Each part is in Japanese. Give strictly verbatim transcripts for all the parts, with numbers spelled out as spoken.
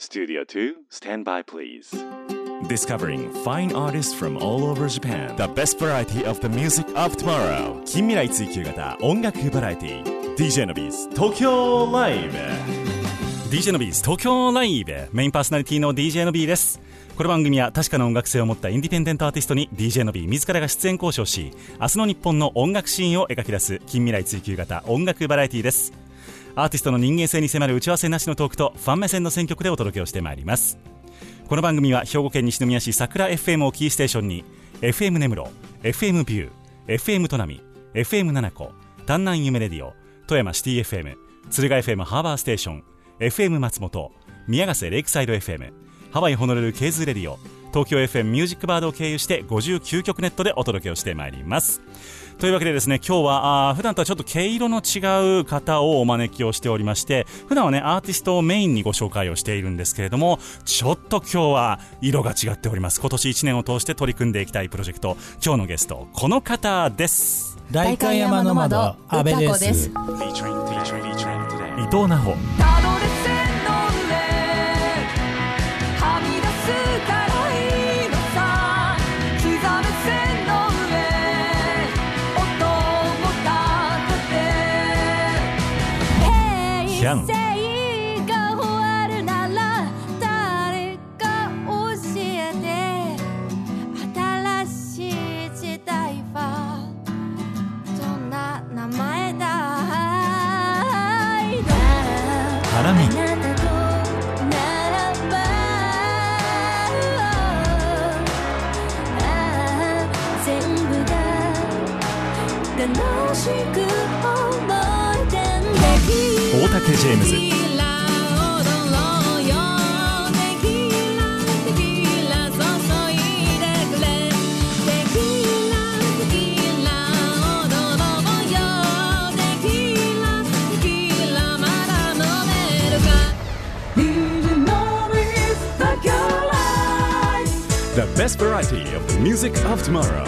Studio two, stand by please. Discovering fine artists from all over Japan. The best variety of the music of tomorrow. 近未来追求型音楽バラエティ ディージェー のビーズ東京ライブ ディージェー のビーズ東京ライブメインパーソナリティの ディージェー のビーです。この番組は確かな音楽性を持ったインディペンデントアーティストに ディージェー のビー自らが出演交渉し、明日の日本の音楽シーンを描き出す近未来追求型音楽バラエティです。アーティストの人間性に迫る打ち合わせなしのトークとファン目線の選曲でお届けをしてまいります。この番組は兵庫県西宮市桜 エフエム をキーステーションに エフエム 根室、エフエム ビュー、エフエム 砺波、エフエム 七子、丹南夢レディオ、富山シティ エフエム、敦賀 エフエム ハーバーステーション、エフエム 松本、宮ヶ瀬レイクサイド エフエム、ハワイホノルルケーズレディオ、東京 エフエム ミュージックバードを経由してごじゅうきゅうきょくネットでお届けをしてまいります。というわけでですね、今日はあ普段とはちょっと毛色の違う方をお招きをしておりまして、普段はねアーティストをメインにご紹介をしているんですけれども、ちょっと今日は色が違っております。今年いちねんを通して取り組んでいきたいプロジェクト、今日のゲストこの方です。 代官山の窓、阿部です。 伊藤奈穂、 人生が終わるなら誰か教えて、新しい時代はどんな名前だ。 ハラミ、 全部が楽しく思い出できる。 大竹ジェームズ、The best variety of the music of tomorrow.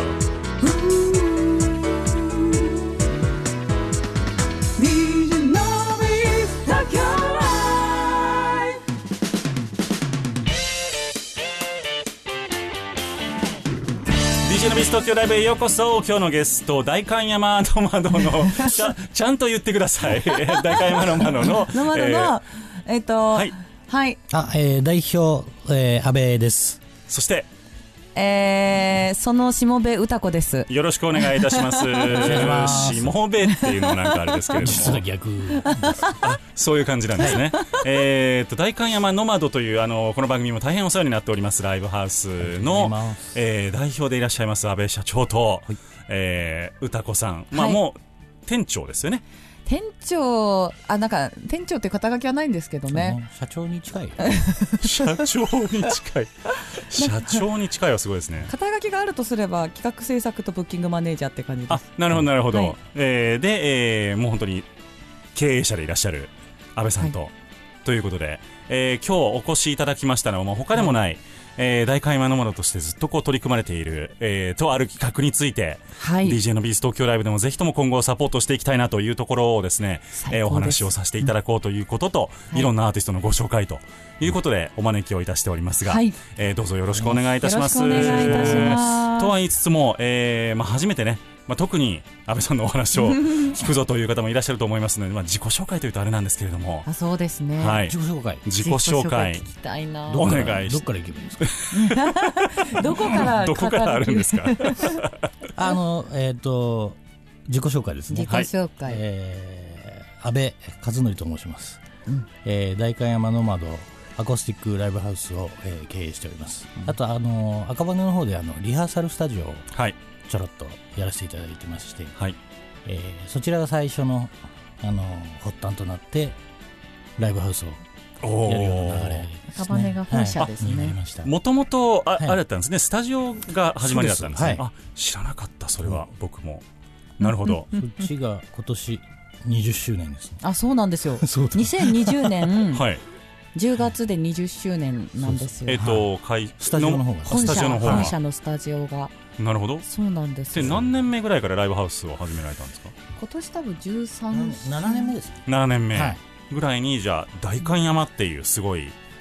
ディージェー のビーズ東京ライブへようこそ。今日のゲスト、代官山の窓のち ゃ, ちゃんと言ってください。代官山の窓のの窓の、えー、えっとはい、はい、あ、えー、代表、えー、阿部です。 そしてえー、そのしもべうたこです。 よろしくお願いいたします。しもべっていうのもなんかあれですけれども、 実は逆あ、そういう感じなんですね。えーと代官山ノマドというあのこの番組も大変お世話になっておりますライブハウスの、えー、代表でいらっしゃいます阿部社長と、はい、えー、うたこさん、まあ、はい、もう店長ですよね。 店長、あ、なんか店長っていう肩書きはないんですけどね。 社長に近い。 社長に近い。社長に近いはすごいですね。 肩書きがあるとすれば企画制作とブッキングマネージャーって感じです。 あ、なるほどなるほど。 はい、 えー、で、えー、もう本当に経営者でいらっしゃる阿部さんと、はい、ということで、えー、今日お越しいただきましたのはもう他でもない、はい、えー、代官山の窓としてずっとこう取り組まれている、えー、とある企画について、はい、ディージェー のビーズ東京ライブでもぜひとも今後サポートしていきたいなというところをですね、えー、お話をさせていただこうということと、うん、いろんなアーティストのご紹介ということでお招きをいたしておりますが、はい、えー、どうぞよろしくお願いいたします。 よろしくお願いいたします。 とは言いつつも、えーまあ、初めてね、まあ、特に安倍さんのお話を聞くぞという方もいらっしゃると思いますので、まあ、自己紹介というとあれなんですけれども。 あ、そうですね、 はい、 自己紹介自己紹介聞きたいな。 お願いしどっから行けばいいんですか。 どこからどこからあるんですか。 あの、えっ、ー、と自己紹介ですね。 自己紹介、 はい、えー、安倍和則と申します、うん、えー、代官山の窓アコースティックライブハウスを、えー、経営しております、うん、あとあの赤羽の方であのリハーサルスタジオをちょろっとやらせていただいてまして、はい、えー、そちらが最初の、あの発端となってライブハウスをやるような流れですね。 赤羽が本社ですね。 もともとあれだったんですね、スタジオが始まりだったんですね。はい、あ、知らなかったそれは、うん、僕も。なるほど。 そっちが今年にじゅっしゅうねんですね。 あ、そうなんですよ。にせんにじゅうねん、 はい、 じゅうがつでにじゅっしゅうねんなんですよ。 えっ、ー、と、はい、 スタジオの方がスタジオの方が本社のスタジオが。 なるほど。 そうなんです。 で何年目ぐらいからライブハウスを始められたんですか。 今年多分じゅうさん、 ななねんめですね。 ななねんめぐらいに、じゃあ代官山っていうすごい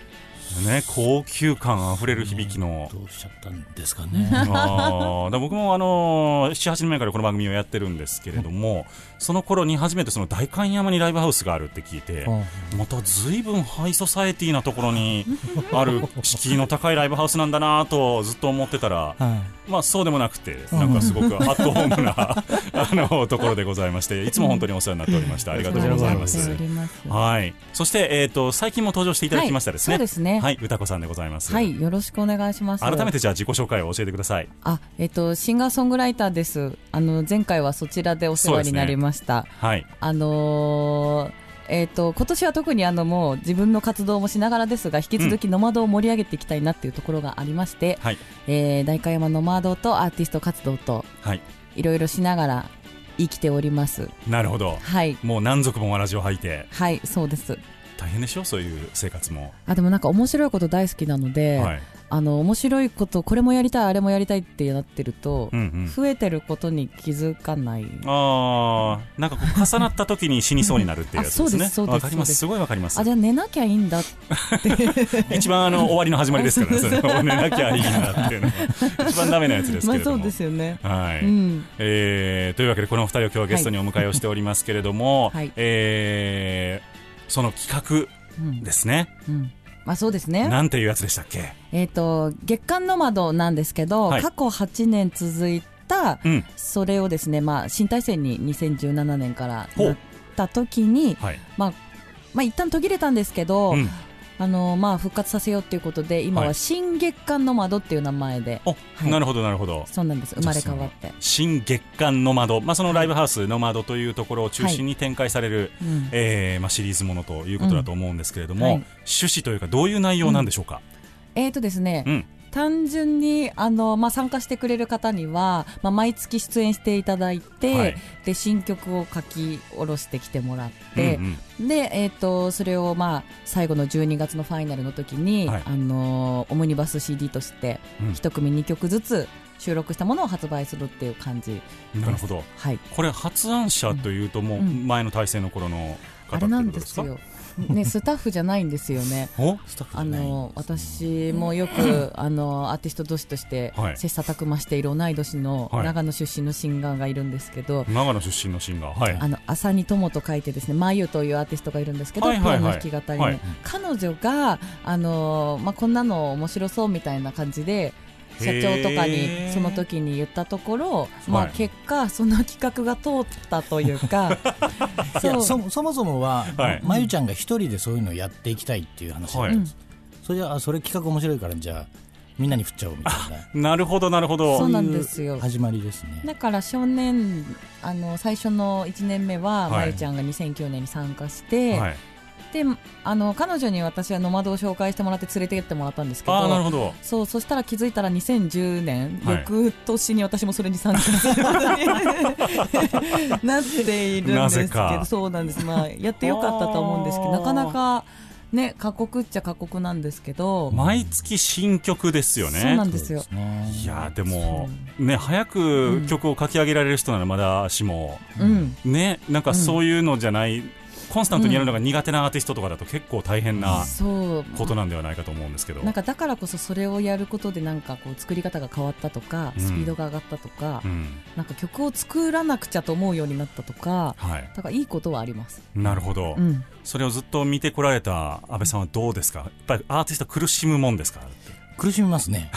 ね、高級感あふれる響きの、 ね、どうしちゃったんですかねあだ僕もあのななはちねんまえからこの番組をやってるんですけれども、その頃に初めてその代官山にライブハウスがあるって聞いて、また随分ハイソサエティなところにある敷居の高いライブハウスなんだなとずっと思ってたら、はい、まあそうでもなくて、なんかすごくアットホームなあのところでございまして、いつも本当にお世話になっておりました。ありがとうございます。はい。そして、えーと、最近も登場していただきましたですね。はい、そうですね。はい、歌子さんでございます。 はい、よろしくお願いします。 改めてじゃあ自己紹介を教えてください。 あ、えっとシンガーソングライターです。あの前回はそちらでお世話になりました。ね、はい。あのー、えっと今年は特にあのもう自分の活動もしながらですが、引き続きノマドを盛り上げていきたいなっていうところがありまして、はい、えー、代官山ノマドとアーティスト活動と、はい、いろいろしながら生きております。 なるほど。はい。もう何足もわらじを履いて。 はい、そうです。 大変でしょ、そういう生活も。 あ、でもなんか面白いこと大好きなので、はい、あの面白いことこれもやりたいあれもやりたいってなってると、うんうん、増えてることに気づかない。 ああ、なんかこう重なった時に死にそうになるっていうやつですね。そうです、そうです。わかります。すごいわかります。 あ、じゃあ寝なきゃいいんだって一番あの終わりの始まりですからね。それを寝なきゃいいんだっていうのが一番ダメなやつですけれども。 まあそうですよね。 はい。うん、えー、というわけでこのお二人を今日はゲストにお迎えをしておりますけれども、はい、えー、その企画ですね。うんうん、 まあ、そうですね。 なんていうやつでしたっけ。 えーと、月刊ノマドなんですけど、はい、過去はちねん続いた、うん、それをですね、まあ、新体制ににせんじゅうななねんからなった時に、はい、まあ、まあ一旦途切れたんですけど、うん、あのまあ、復活させようということで今は新月刊ノマドっていう名前で、 はいはい、なるほどなるほど。 そうなんです。生まれ変わって新月刊ノマド、まあ、そのライブハウスノマドというところを中心に展開される、はい、えーまあ、シリーズものということだと思うんですけれども、うん、はい、趣旨というかどういう内容なんでしょうか。 うん、えーとですね、うん、単純にあの、まあ、参加してくれる方には、まあ、毎月出演していただいて、はい、で新曲を書き下ろしてきてもらって、うんうん、でえー、とそれを、まあ、最後のじゅうにがつのファイナルの時に、はい、あのオムニバス シーディー としていち組にきょくずつ収録したものを発売するっていう感じです。 なるほど、はい、これ発案者というともう前の体制の頃の方ってことですか。あれなんですよね、スタッフじゃないんですよね。あの私もよくあのアーティスト同士として切磋琢磨している同い年の長野出身のシンガーがいるんですけど、はい、 長野出身のシンガー、はい、 あの浅に友と書いてですね、まゆというアーティストがいるんですけど、はいはいはい、ピアノ弾き語りの、はい、彼女があの、まあ、こんなの面白そうみたいな感じで社長とかにその時に言ったところ、まあ、結果その企画が通ったというかそう そ, そもそもは、はい、まゆちゃんが一人でそういうのをやっていきたいっていう話だったんです、はい、それじゃあそれ企画面白いからじゃあみんなに振っちゃおうみたいななるほどなるほど、 そうなんですよ。 始まりですね。 だから少年あの最初のいちねんめは、はい、まゆちゃんがにせんきゅうねんに参加して、はい、であの彼女に私はノマドを紹介してもらって連れて行ってもらったんですけど、 あ、なるほど。 そう、そしたら気づいたらにせんじゅうねん、はい、翌年に私もそれに参加することになっているんですけど、そうなんです、まあ、やってよかったと思うんですけど、なかなかね、過酷っちゃ過酷なんですけど、 毎月新曲ですよね。 そうなんですよ。 いやでもね、早く曲を書き上げられる人ならまだしも、うん、ね、なんかそういうのじゃない、うん、コンスタントにやるのが苦手なアーティストとかだと結構大変なことなんではないかと思うんですけど、 なんかだからこそそれをやることでなんかこう作り方が変わったとか、スピードが上がったとか、うん、なんか曲を作らなくちゃと思うようになったとか、はい、だからいいことはあります。 なるほど、うん、それをずっと見てこられた安倍さんはどうですか。やっぱりアーティスト苦しむもんですか。 苦しみますね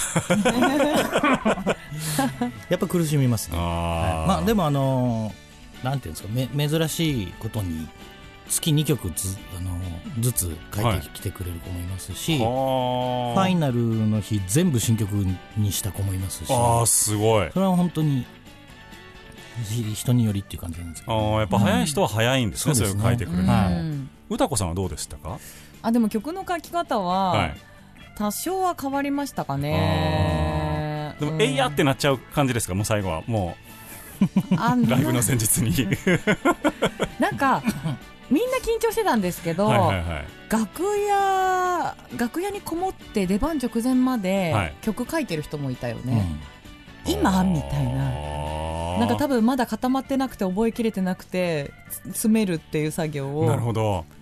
やっぱ苦しみますね。あ、はい、まあ、でもあのなんていうんですか、め珍しいことに月にきょく ず, あのずつ書いてきてくれる子もいますし、はい、ファイナルの日全部新曲にした子もいますし、 あ、すごい。 それは本当に人によりっていう感じなんですけど、 あ、やっぱ早い人は早いんですね、うん、それを書いてくれる、うん、はい、歌子さんはどうでしたか。 あ、でも曲の書き方は、はい、多少は変わりましたかね。 でも、うん、えいやってなっちゃう感じですか。もう最後はもうライブの前日になんかみんな緊張してたんですけど、はいはいはい、楽屋楽屋にこもって出番直前まで曲書いてる人もいたよね、うん、今みたいな、なんか多分まだ固まってなくて覚えきれてなくて詰めるっていう作業を。 なるほど。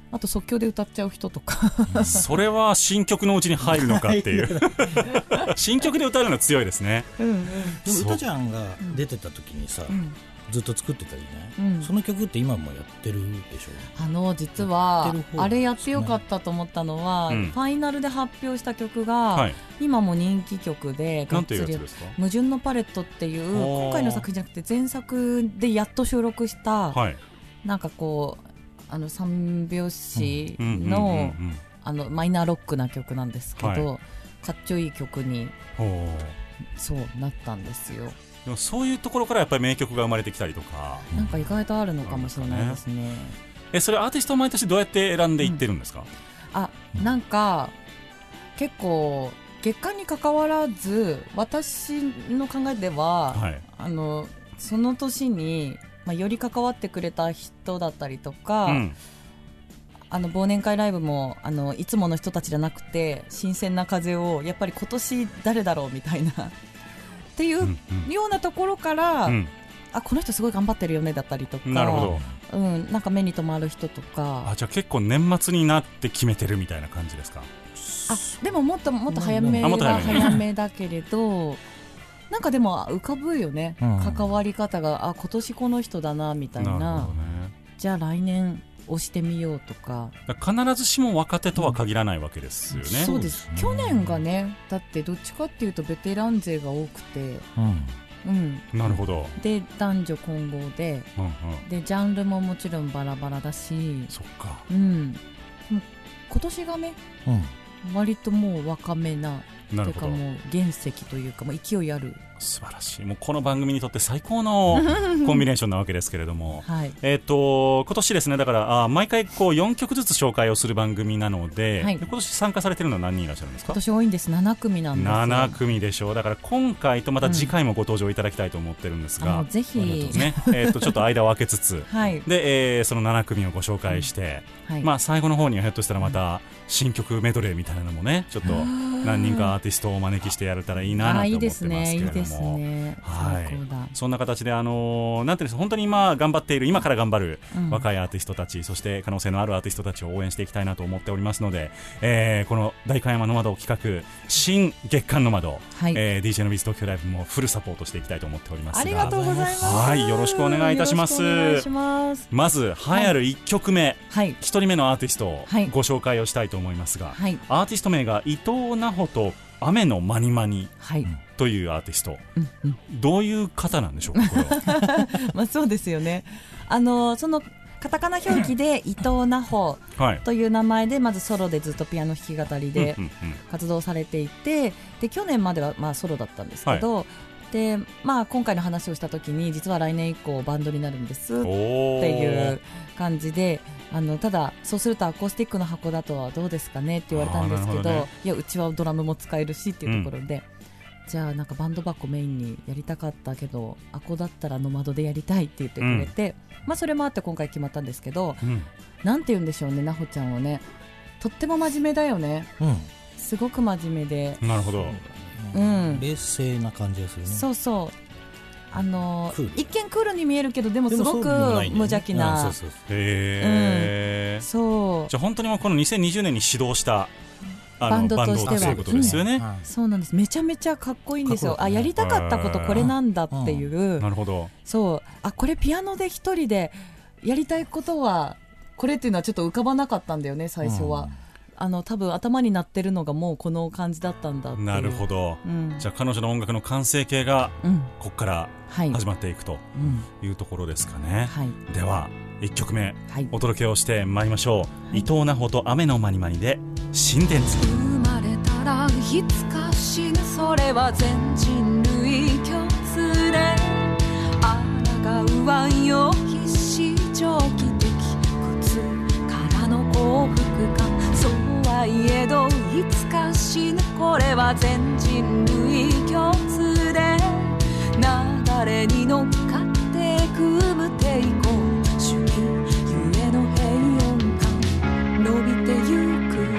あと即興で歌っちゃう人とかそれは新曲のうちに入るのかっていう新曲で歌うのが強いですね、 うんうん、でも歌ちゃんが出てた時にさ、うん、ずっと作ってたりね、うん、その曲って今もやってるでしょ。 あの実はあれやってよかったと思ったのは、うん、ファイナルで発表した曲が、はい、今も人気曲でなんていうやつですか？ 矛盾のパレットっていう今回の作品じゃなくて前作でやっと収録した、はい、なんかこうあの三拍子のマイナーロックな曲なんですけど、はい、かっちょいい曲にそうなったんですよ。 でもそういうところからやっぱり名曲が生まれてきたりとかなんか意外とあるのかもしれないですね。 えそれアーティストを毎年どうやって選んでいってるんですか？うん、 あなんか結構月間に関わらず私の考えでは、はい、あのその年にまあ、より関わってくれた人だったりとか、うん、あの忘年会ライブもあのいつもの人たちじゃなくて新鮮な風をやっぱり今年誰だろうみたいなっていうようなところから、うん、あこの人すごい頑張ってるよねだったりとか、 なるほど、うん、なんか目に留まる人とか。 あじゃあ結構年末になって決めてるみたいな感じですか？ あでももっともっと早めは早めだけれどなんかでも浮かぶよね、うん、関わり方があ今年この人だなみたい な, な、ね、じゃあ来年押してみようとか。 必ずしも若手とは限らないわけですよね、うん、 そうです。去年がねだってどっちかっていうとベテラン勢が多くて、うんうん、なるほど。 で男女混合で、うんうん、でジャンルももちろんバラバラだし、 そっか、 うん、今年がね、うん、割ともう若めなというかもう原石というかもう勢いある。 素晴らしい。もうこの番組にとって最高のコンビネーションなわけですけれども、はい、えー、と今年ですねだからあ毎回こうよんきょくずつ紹介をする番組なので、はい、今年参加されてるのは何人いらっしゃるんですか？ 今年多いんです。ななくみなんですよ。 ななくみでしょう。だから今回とまた次回もご登場いただきたいと思ってるんですが、 うん、ぜひ、 ねえー、とちょっと間を空けつつ、はい、で、えー、そのななくみをご紹介して、うんはいまあ、最後の方にはひょっとしたらまた新曲メドレーみたいなのもねちょっと何人かアーティストをお招きしてやれたらいいなと思ってますけれども、いいですね、いいですね、はい、そんな形で、あのー、なんていうんですか、本当に今頑張っている今から頑張る若いアーティストたち、うん、そして可能性のあるアーティストたちを応援していきたいなと思っておりますので、えー、この代官山の窓企画新月刊の窓、はいえー、ディージェー のビーズ東京ライブもフルサポートしていきたいと思っておりますが、 ありがとうございます。 はい、よろしくお願いいたします。 よろしくお願いします。 まず栄えあるいっきょくめ、はい、ひとりめのアーティストをご紹介をしたいと思いますが、はい、アーティスト名が伊藤奈穂と雨のまにまに、はい、というアーティスト、うんうん、どういう方なんでしょうかこれはまあそうですよね。あのそのカタカナ表記で伊藤奈穂という名前でまずソロでずっとピアノ弾き語りで活動されていて、で去年まではまあソロだったんですけど、はいでまあ、今回の話をした時に実は来年以降バンドになるんですっていう感じで、あのただそうするとアコースティックの箱だとはどうですかねって言われたんですけ ど, ど、ね、いやうちはドラムも使えるしっていうところで、うん、じゃあなんかバンド箱メインにやりたかったけどアコだったらノマドでやりたいって言ってくれて、うんまあ、それもあって今回決まったんですけど、うん、なんて言うんでしょうね、奈穂ちゃんはねとっても真面目だよね、うん、すごく真面目で。 なるほど、 うん、冷静な感じがするね。 そうそう、あの一見クールに見えるけどでもすごく無邪気な。そうそうそう、 へー、うん、そうじゃあ本当にもうこのにせんにじゅうねんに始動したあのバンドとしてはそういうことですよね、うんはい、 そうなんです。めちゃめちゃかっこいいんですよ。あやりたかったことこれなんだっていう、うん、 なるほど。 そうあこれピアノで一人でやりたいことはこれっていうのはちょっと浮かばなかったんだよね最初は、うん、あの多分頭になってるのがもうこの感じだったんだっていう。 なるほど、うん、じゃあ彼女の音楽の完成形がここから始まっていくというところですかね、うんはい、ではいっきょくめ、はい、お届けをしてまいりましょう、はい、伊藤奈穂と雨のまにまにで心電図。 生まれたらいつか死ぬ、それは全人類共通で抗うはよ必死長期的苦痛からの幸福感、そうはいえどいつか死ぬ、これは全人類共通で流れに乗っかってく無抵抗主義ゆえの平穏感、伸びてゆく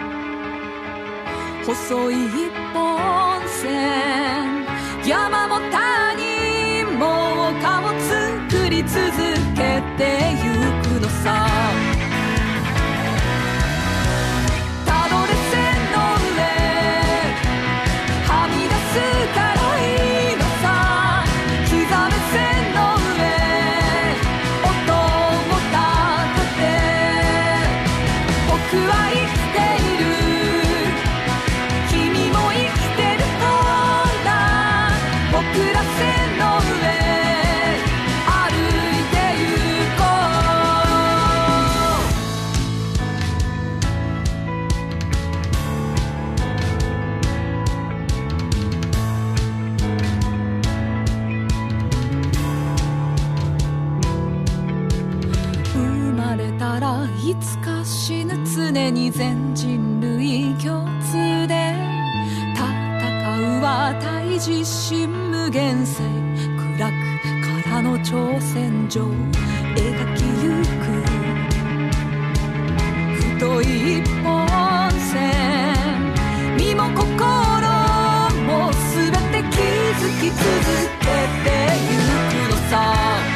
細い一本線、山も谷も丘を作り続けてゆくのさ。 は生きている君も生きてるから僕ら線の上歩いてゆこう生まれたらいつか死ぬ常に全人類共通で戦うは対峙心無限性暗くからの挑戦状描きゆく太い一本線身も心もすべて気づき続けてゆくのさ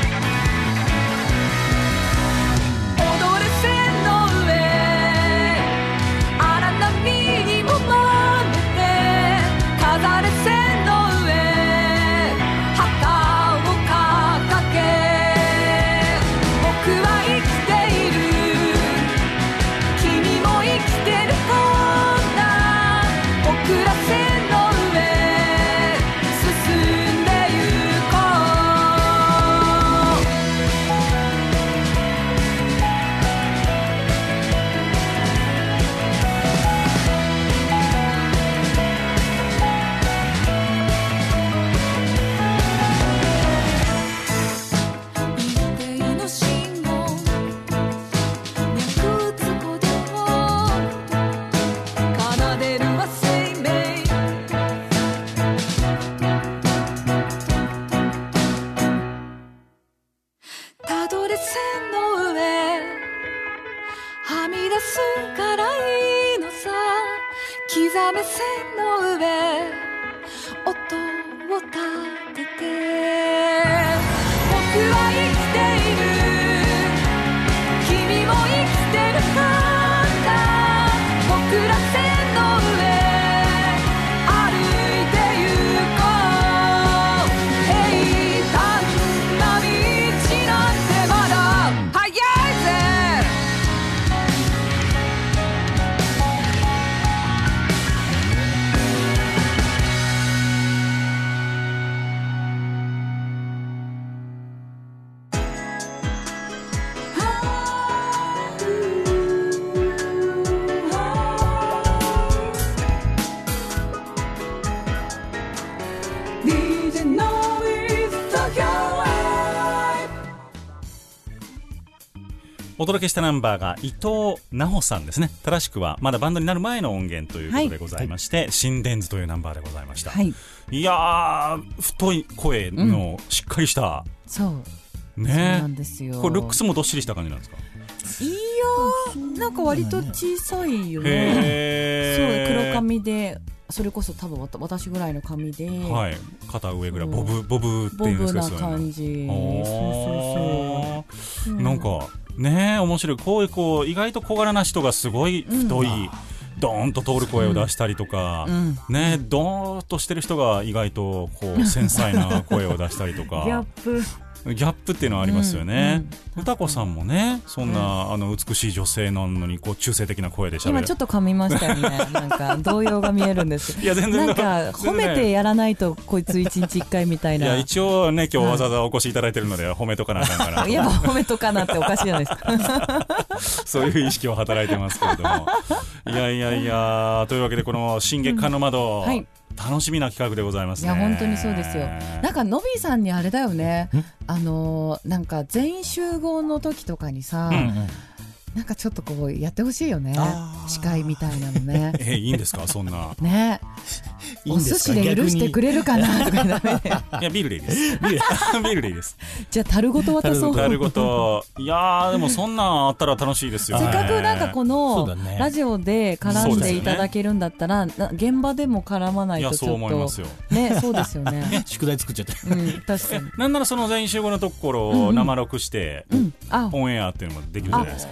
お届けしたナンバーが伊藤奈穂さんですね。正しくはまだバンドになる前の音源ということでございまして、はい、心電図というナンバーでございました、はい、いやー太い声のしっかりした、 うん、そうね、 そうなんですよ。 これルックスもどっしりした感じなんですか？ いやーなんか割と小さいよね。そう黒髪でそれこそ多分私ぐらいの髪で、 はい、肩上ぐらいボブボブっていうんですか？ ボブな感じ。そうそうそう、うん、 なんかねえ面白い。こういうこう意外と小柄な人がすごい太い、うん、ドーンと通る声を出したりとか、うん、ねドーンとしてる人が意外とこう繊細な声を出したりとかギャップギャップっていうのはありますよね、うんうん、歌子さんもねそんな、うん、あの美しい女性なのにこう中性的な声で喋る。 今ちょっと噛みましたよねなんか動揺が見えるんですいや全然なんか褒めてやらないとこいつ一日一回みたいな。 いや一応ね今日わざわざお越しいただいてるので褒めとかなあかんかなといや褒めとかなっておかしいじゃないですかそういう意識は働いてますけれどもいやいやいやというわけでこの新月刊の窓、うんはい楽しみな企画でございますね。 いや本当にそうですよ。なんかのびーさんにあれだよね、あのー、なんか全員集合の時とかにさ、うんうん、なんかちょっとこうやってほしいよね司会みたいなのねえいいんですかそんなねいいんですかお寿司で許してくれるかなとかダメでいやビールでいいですビールでいいです。 じゃあ樽ごと渡そう。 樽ごといやでもそんなんあったら楽しいですよね。 せっかくなんかこのラジオで絡んでいただけるんだったら、ね、現場でも絡まないとちょっといやそう思いますよね。そうですよね宿題作っちゃって、 うん、確かになんならその全員集合のところを生録して、うんうん、オンエアっていうのもできるじゃないですか。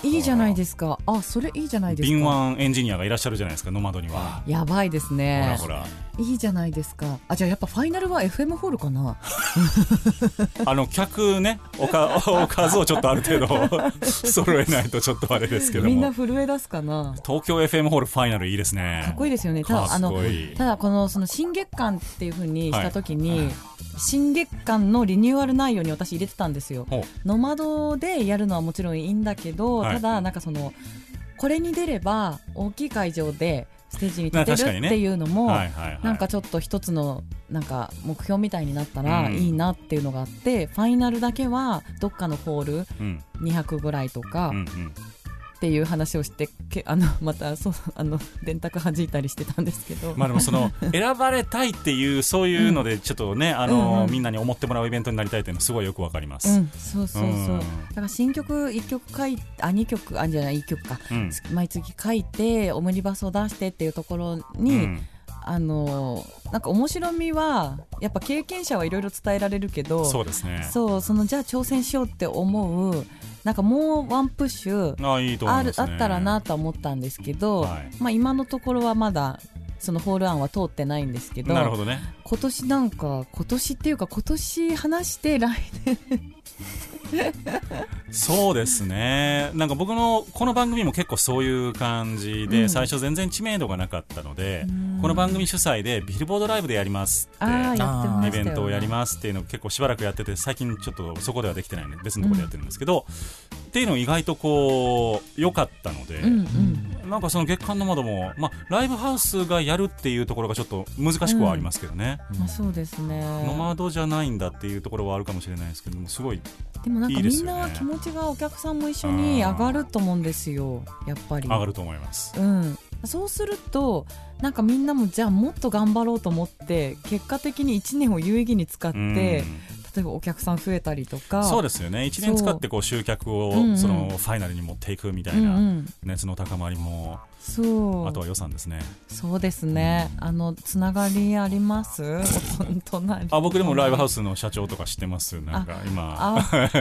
いいじゃないですか。あ、それいいじゃないですか。 敏腕エンジニアがいらっしゃるじゃないですか、ノマドには。 やばいですね。 ほらほら、 いいじゃないですか。あ、じゃあやっぱファイナルは エフエム ホールかな。 あの客ね、おかお数をちょっとある程度揃えないとちょっとあれですけども、 みんな震え出すかな。 東京 エフエム ホールファイナルいいですね。 かっこいいですよね。ただあのただこのその新月間っていう風にした時に、はい、新月間のリニューアル内容に私入れてたんですよ。ノマドでやるのはもちろんいいんだけど、はい、ただなんかそのこれに出れば大きい会場でステージに立てるっていうのも、なんかちょっと一つのなんか目標みたいになったらいいなっていうのがあって、うん、ファイナルだけはどっかのホールにひゃくぐらいとか、うんうんうん、っていう話をしてけあのまたそうあの電卓弾いたりしてたんですけど、 まあでもその選ばれたいっていうそういうのでちょっとね、うん、あの、うんうん、みんなに思ってもらうイベントになりたいっていうのすごいよくわかります、 うん、そうそうそう、うん、だから新曲いっきょく書いあにきょくあじゃないいっきょくか、うん、毎月書いてオムニバスを出してっていうところに、うん、あのなんか面白みはやっぱ経験者はいろいろ伝えられるけど、 そうですね、 そうそのじゃあ挑戦しようって思うなんかもうワンプッシュ あ, いいと思います、ね、あ, るあったらなと思ったんですけど、はい、まあ、今のところはまだそのホール案は通ってないんですけど、 なるほどね、 今年なんか今年っていうか今年話して来年そうですね、なんか僕のこの番組も結構そういう感じで、うん、最初全然知名度がなかったので、この番組主催でビルボードライブでやりますってイベントをやりますっていうのを結構しばらくやってて、最近ちょっとそこではできてないので別のところでやってるんですけど、うん、っていうの意外とこう良かったので、うんうん、なんかその月刊ノマドも、まあ、ライブハウスがやるっていうところがちょっと難しくはありますけどね、 うんまあ、そうですね、 ノマドじゃないんだっていうところはあるかもしれないですけども、すごいでもなんかみんな気持ちがお客さんも一緒に上がると思うんですよ、やっぱり上がると思います、 うん、そうするとなんかみんなもじゃあもっと頑張ろうと思って結果的にいちねんを有意義に使って、うん、例えばお客さん増えたりとか、 そうですよね、いちねん使ってこう集客をそ、うんうん、そのファイナルに持っていくみたいな熱の高まりも、 そう、 あとは予算ですね。 そうですね、あのつながりあります隣あ僕でもライブハウスの社長とか知ってます。なんか今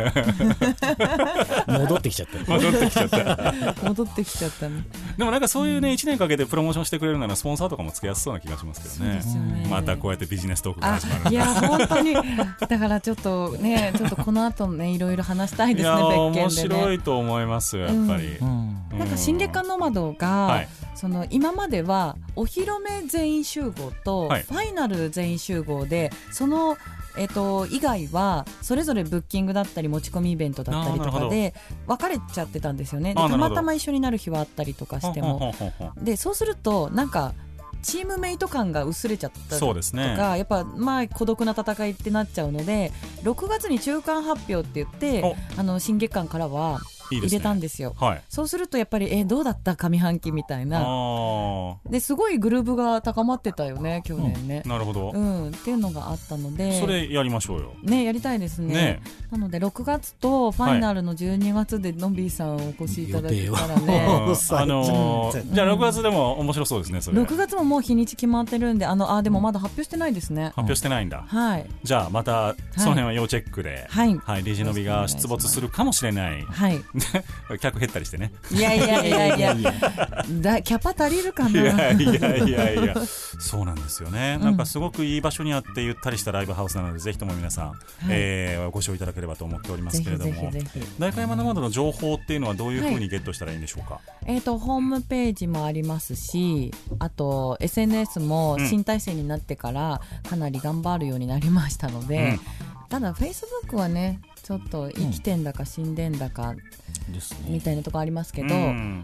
戻ってきちゃった戻ってきちゃった戻ってきちゃったね。 でもなんかそういうね、うん、いちねんかけてプロモーションしてくれるならスポンサーとかもつけやすそうな気がしますけど ね, ねまたこうやってビジネストークが始まる。 いや本当にだからちょっとねちょっとこの後ねいろいろ話したいですね。別件でね面白いと思いますやっぱり、うんうん、なんか新月刊ノマドが、はい、その今まではお披露目全員集合とファイナル全員集合で、はい、そのえー、と以外はそれぞれブッキングだったり持ち込みイベントだったりとかで分かれちゃってたんですよね。でたまたま一緒になる日はあったりとかしてもで、そうするとなんかチームメイト感が薄れちゃったとか、ね、やっぱまあ孤独な戦いってなっちゃうので、ろくがつに中間発表って言ってあの新月間からは入れたんですよ。いいですね、はい、そうするとやっぱりえどうだった上半期みたいなですごいグルーヴが高まってたよね去年ね、 うん、なるほど、 うん、っていうのがあったのでそれやりましょうよ、 ね、やりたいです ね, ねなのでろくがつとファイナルのじゅうにがつでのんびーさんお越しいただけたらね、 あのー、じゃあろくがつでも面白そうですね。それろくがつももう日にち決まってるんであのあでもまだ発表してないですね。 発表してないんだ、 はい、 じゃあまたその辺は要チェックで、はいはい、ディジノビが出没するかもしれない、はい、客減ったりしてね。 いやいやいやいやだキャパ足りるかな。 いやいやいやいやそうなんですよね、うん、なんかすごくいい場所にあってゆったりしたライブハウスなのでぜひとも皆さん、はいえー、ご視聴いただければと思っておりますけれども、ぜひぜひぜひ代官山ノマドの情報っていうのはどういうふうにゲットしたらいいんでしょうか。はいえー、とホームページもありますし、あと エスエヌエス も新体制になってからかなり頑張るようになりましたので、うん、ただ Facebook はねちょっと生きてんだか死んでんだか、みたいなとこありますけど、うん、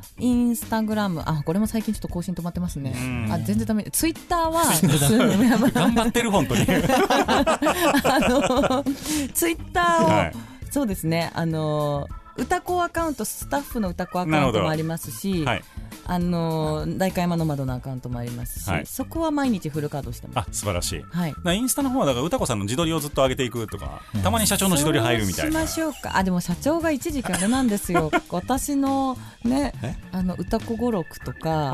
インスタグラムあこれも最近ちょっと更新止まってますね、うん、あ全然ダメ。ツイッターは頑張ってる本当にあのツイッターを、はい、そうですねあの歌子アカウントスタッフの歌子アカウントもありますし、はい、あの代官山ノマドのアカウントもありますし、はい、そこは毎日フル稼働してます。 あ素晴らしい、はい、インスタの方はだから歌子さんの自撮りをずっと上げていくとか、うん、たまに社長の自撮り入るみたいな。 そうしましょうか。あでも社長が一時期あれなんですよ私のねあの歌子語録とか、はい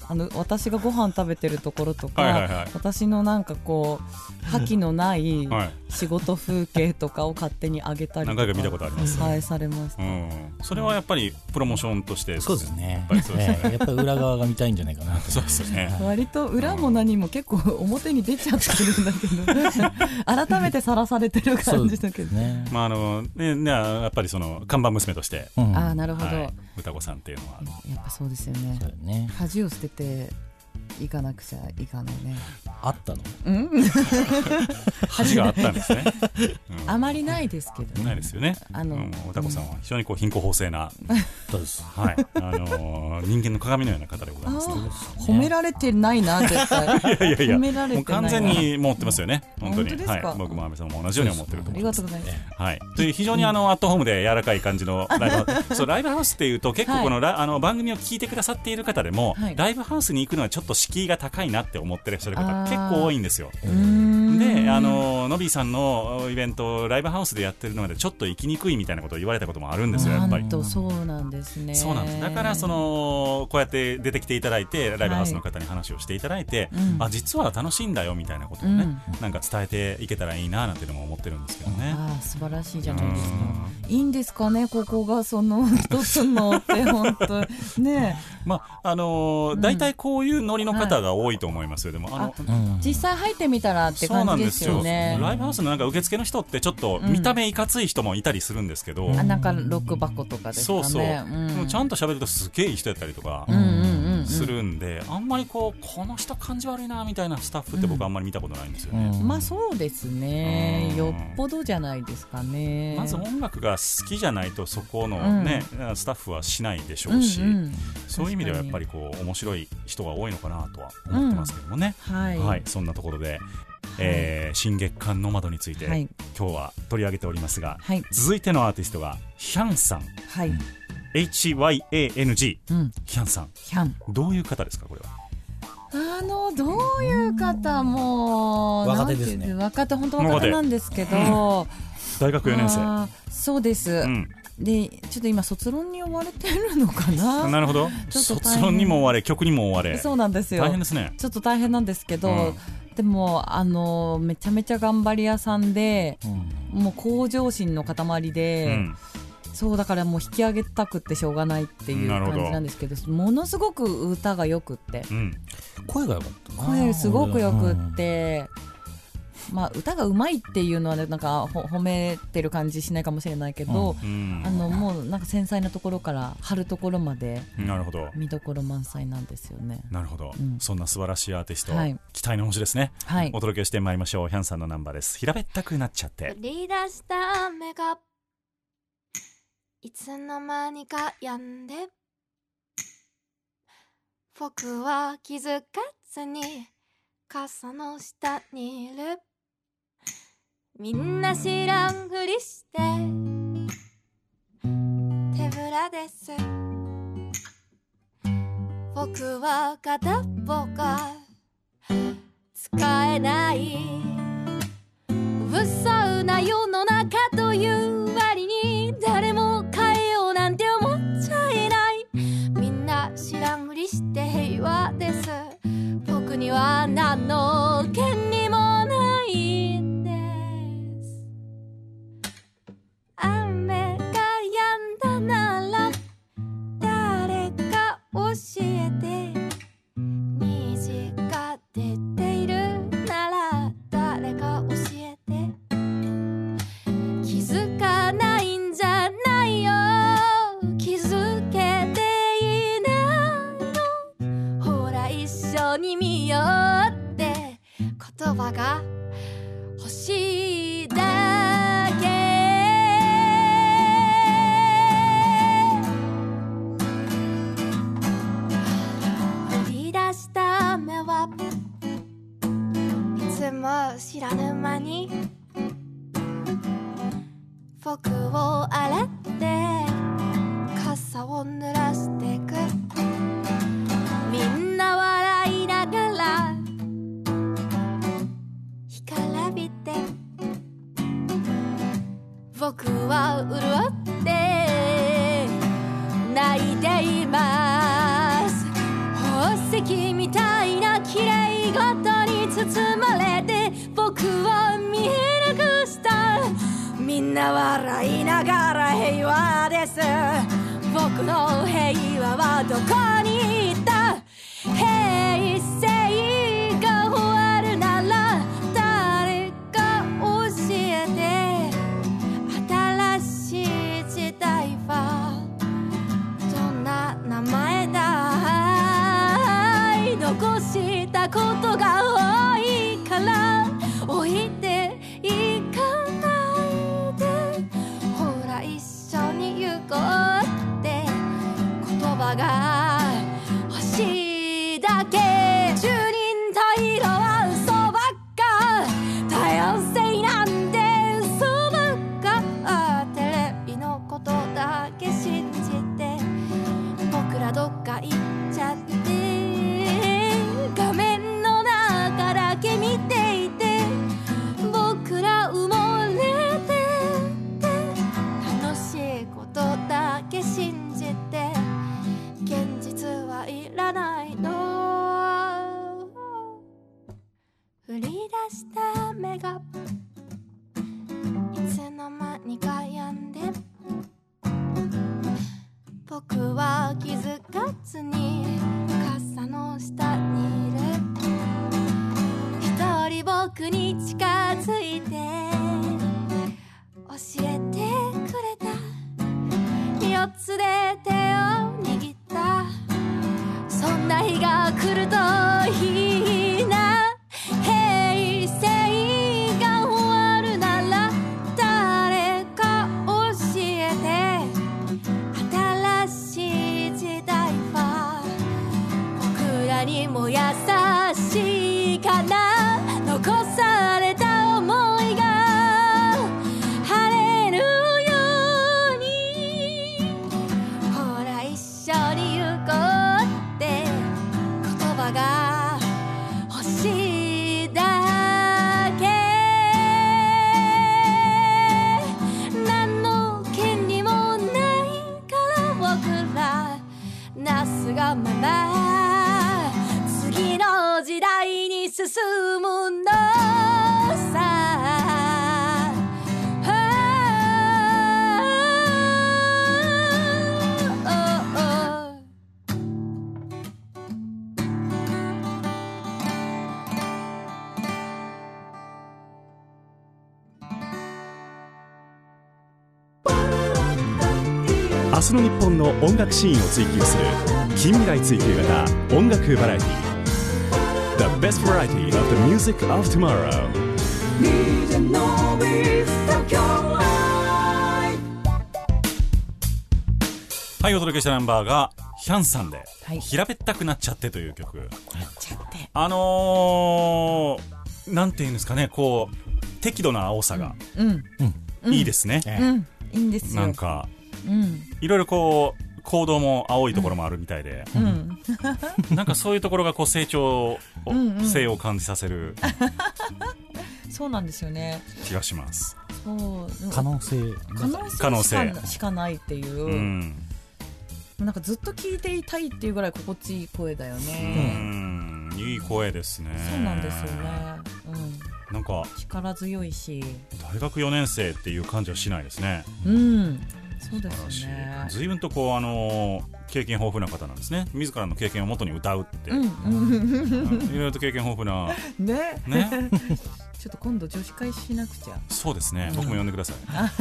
あの私がご飯食べてるところとか、 はいはいはい、 私のなんかこう覇気のない仕事風景とかを勝手に上げたりとか、 何回か見たことあります、 はい、されました、 うん、それはやっぱりプロモーションとしてそうですね、 やっぱりそうですね、 えー、やっぱり裏側が見たいんじゃないかなそうですよね、 割と裏も何も結構表に出ちゃってるんだけど改めてさらされてる感じだけどね、 まああのね、ね、やっぱりその看板娘として、 うん、あ、なるほど、 はい、歌子さんっていうのはやっぱそうですよね、 そうね、 恥を捨てていかなくちゃいかないね。 あったの？ うん？ 恥があったんですね、 うん、あまりないですけど、ね、 ないですよね。あの、うん、歌子さんは非常にこう貧困法制なそうです、 はい、あのー、人間の鏡のような方でございます、ね、 褒められてないな絶対。 いやいやいや、 褒められてないな、もう完全に持ってますよね、本当に。 本当ですか？ はい、僕も安倍さんも同じように思ってると思います。 ありがとうございます。 はい、という非常にあのアットホームで柔らかい感じのライブそうライブハウスっていうと結構この、はい、あの番組を聞いてくださっている方でも、はい、ライブハウスに行くのはちょっと敷居が高いなって思ってらっしゃる方結構多いんですよ。で、あののびーさんのイベントライブハウスでやってるのでちょっと行きにくいみたいなことを言われたこともあるんですよ、やっぱり。 なんとそうなんですね。 そうなんです。だからそのこうやって出てきていただいてライブハウスの方に話をしていただいて、はい、あ実は楽しいんだよみたいなことをね、うん、なんか伝えていけたらいいななんていうのも思ってるんですけどね。 あ素晴らしいじゃないですか。いいんですかね、ここがその一つのって本当ね。 まああのー、大体こういうノリの方が多いと思いますよ。でもあの、 うん、実際入ってみたらって感じですよね。 ライブハウスのなんか受付の人ってちょっと見た目いかつい人もいたりするんですけど、うん、 あなんかロック箱とかですかね。 そうそう、 うん、 ちゃんと喋るとすげえいい人やったりとかするんで、あんまりこうこの人感じ悪いなみたいなスタッフって僕あんまり見たことないんですよね、 うん、まあそうですね、よっぽどじゃないですかね。 まず音楽が好きじゃないとそこの、ねうん、スタッフはしないでしょうし、うんうん、そういう意味ではやっぱりこう面白い人が多いのかなとは思ってますけどもね、うんはいはい、そんなところで、えー、新月刊ノマドについて、はい、今日は取り上げておりますが、はい、続いてのアーティストがヒャンさん、はい、エイチワイエーエヌジー、うん、ヒャンさん、 ヒャンどういう方ですかこれは。 あのどういう方も若手ですね。 若手本当若手なんですけど、 うん、大学よねん生。 そうです、うん、でちょっと今卒論に追われてるのかな。 なるほど。卒論にも追われ曲にも追われ、 そうなんですよ。 大変ですね。 ちょっと大変なんですけど、うん、でもあのめちゃめちゃ頑張り屋さんで、うん、もう向上心の塊で、うんそうだからもう引き上げたくってしょうがないっていう感じなんですけど、ものすごく歌がよくって、うん、 声がよかった。 声すごくよくって、うんまあ、歌がうまいっていうのは、ね、なんか褒めてる感じしないかもしれないけど、うん、あのもうなんか繊細なところから張るところまで見どころ満載なんですよね。 なるほど、うん、そんな素晴らしいアーティスト、はい、期待の星ですね、はい、お届けしてまいりましょう。ヒャンさんのナンバーです。平べったくなっちゃって。 降り出した雨がいつの間にか止んで、僕は気づかずに傘の下にいる。みんな知らんふりして手ぶらです。僕は片っぽが使えない。不相な世の中という割に誰も変えようなんて思っちゃいない。みんな知らんふりして平和です。僕には何の権利もないんです。雨が止んだなら誰か教えて。虹が出ているなら誰か教えて。気づかないんじゃないよ、気づけていないの。ほら一緒に見ようって言葉が欲しいだけ。降り出した雨はいつも知らぬ間に僕を洗って傘を濡らしてく。みんな笑いながら干からびて、僕は潤って泣いています。宝石みたいな綺麗事に包まれて僕を見えなくした。みんな笑いながら平和です。僕の平和はどこに行った。平成が終わるなら誰か教えて。新しい時代はどんな名前だ。残したことが多いから置いていかないで。ほら一緒に行こうって言葉が欲しいだけ。十人十色は嘘ばっか。多様性なんて嘘ばっか。テレビのことだけ信じて僕らどっか行っちゃって。画面の中だけ見ていて僕ら埋もれてて。楽しいことだけ信じて現実はいらないの。降り出した目がいつの間にか止んで僕は気づかずに傘の下にいる。一人僕に近づいて教えてくれた。四つで手を握った。そんな日が来るといいな。平成が終わるなら誰か教えて。新しい時代は僕らにも優しいかな。残された想いが晴れるように。ほら一緒に行こうって言葉が欲しいだけ。何の権利もないから僕らなすがまま次の時代に進むのさ。 明日の日本の音楽シーンを追求する近未来追求型音楽バラエティ The best variety of the music of tomorrow。 はい、お届けしたナンバーがヒャンさんで、 はい、 平べったくなっちゃってという曲。 なっちゃってあのー、なんていうんですかね、こう適度な青さが、 うんうんうん、 いいですね、 うん、いいんですよ。 なんか、 うん、 いろいろこう行動も青いところもあるみたいで、 うん、 なんかそういうところがこう成長性を感じさせるそうなんですよね、 気がします。 そう可能性可能性しか、しかないっていう、 うん、 なんかずっと聞いていたいっていうぐらい心地いい声だよね。 うん、いい声ですね。 そうなんですよね、うん、なんか力強いし大学よねん生っていう感じはしないですね。 うん、そうですね。 随分とこう、あのー、経験豊富な方なんですね。自らの経験をもとに歌うって、うんうん、 いろいろと経験豊富なねねちょっと今度女子会しなくちゃ。 そうですね、僕も呼んでくださ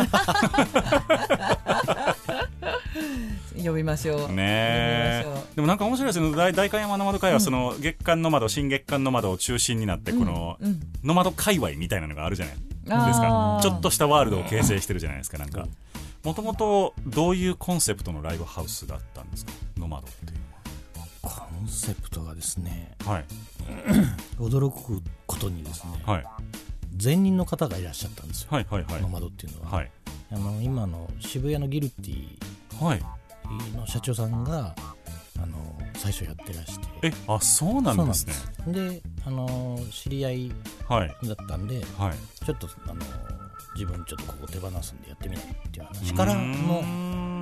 い呼びましょうね。でもなんか面白いですね。大代官山の窓会はその月刊の窓、新月刊の窓を中心になってこのの窓界隈みたいなのがあるじゃないですか。ちょっとしたワールドを形成してるじゃないですか。なんかもともとどういうコンセプトのライブハウスだったんですか、の窓っていうのは。 コンセプトがですね、 はい、 驚くことにですね、 はい、 前任の方がいらっしゃったんですよ、 はいはいはい、 の窓っていうのは、 はい、 あの今の渋谷のギルティの社長さんがあの最初やってらして。 え、あ、そうなんですね。 そうなんです。で、あの知り合いだったんで、はい、ちょっとあの自分ちょっとここ手放すんでやってみないっていう話からの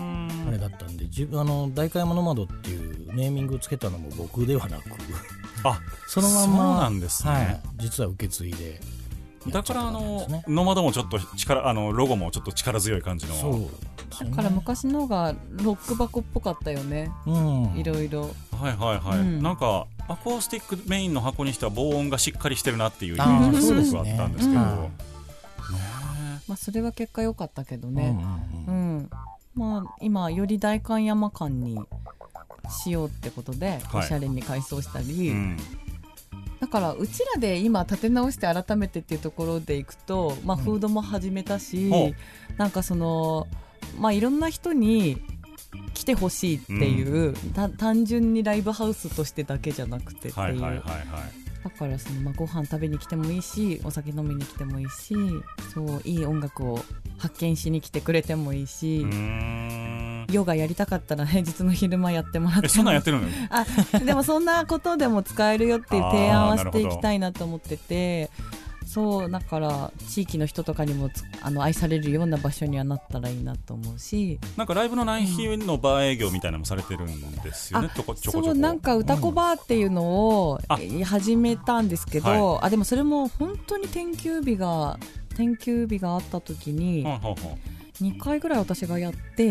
あれだったんで、自分あの代官山の窓っていうネーミングをつけたのも僕ではなくあそのままそうなんですね、 はい、実は受け継いでだからあのノマドもちょっと力あのロゴもちょっと力強い感じのそう、ね、 だから昔の方がロック箱っぽかったよね、うん、いろいろはいはいはい、うん、なんかアコースティックメインの箱にしては防音がしっかりしてるなっていうイメージがすごくあったんですけど、ねまあ、それは結果良かったけどね、うんうんうんまあ、今より代官山館にしようってことで、はい、おしゃれに改装したり、うん、だからうちらで今立て直して改めてっていうところでいくと、まあ、フードも始めたし、うん、なんかその、まあ、いろんな人に来てほしいっていう、うん、単純にライブハウスとしてだけじゃなくてっていう、はいはいはいはい、だからその、まあ、ご飯食べに来てもいいしお酒飲みに来てもいいしそういい音楽を発見しに来てくれてもいいし、うーんヨガやりたかったら平日の昼間やってもらって、 えそんなんやってるのよあでもそんなことでも使えるよっていう提案はしていきたいなと思っててそうだから地域の人とかにもあの愛されるような場所にはなったらいいなと思うしなんかライブのない日のバー営業みたいなのもされてるんですよね、うん、ちょこちょこそうなんか歌子バーっていうのを始めたんですけど、うん、あ, あでもそれも本当に定休日が定休日があった時に、はははにかいぐらい私がやって、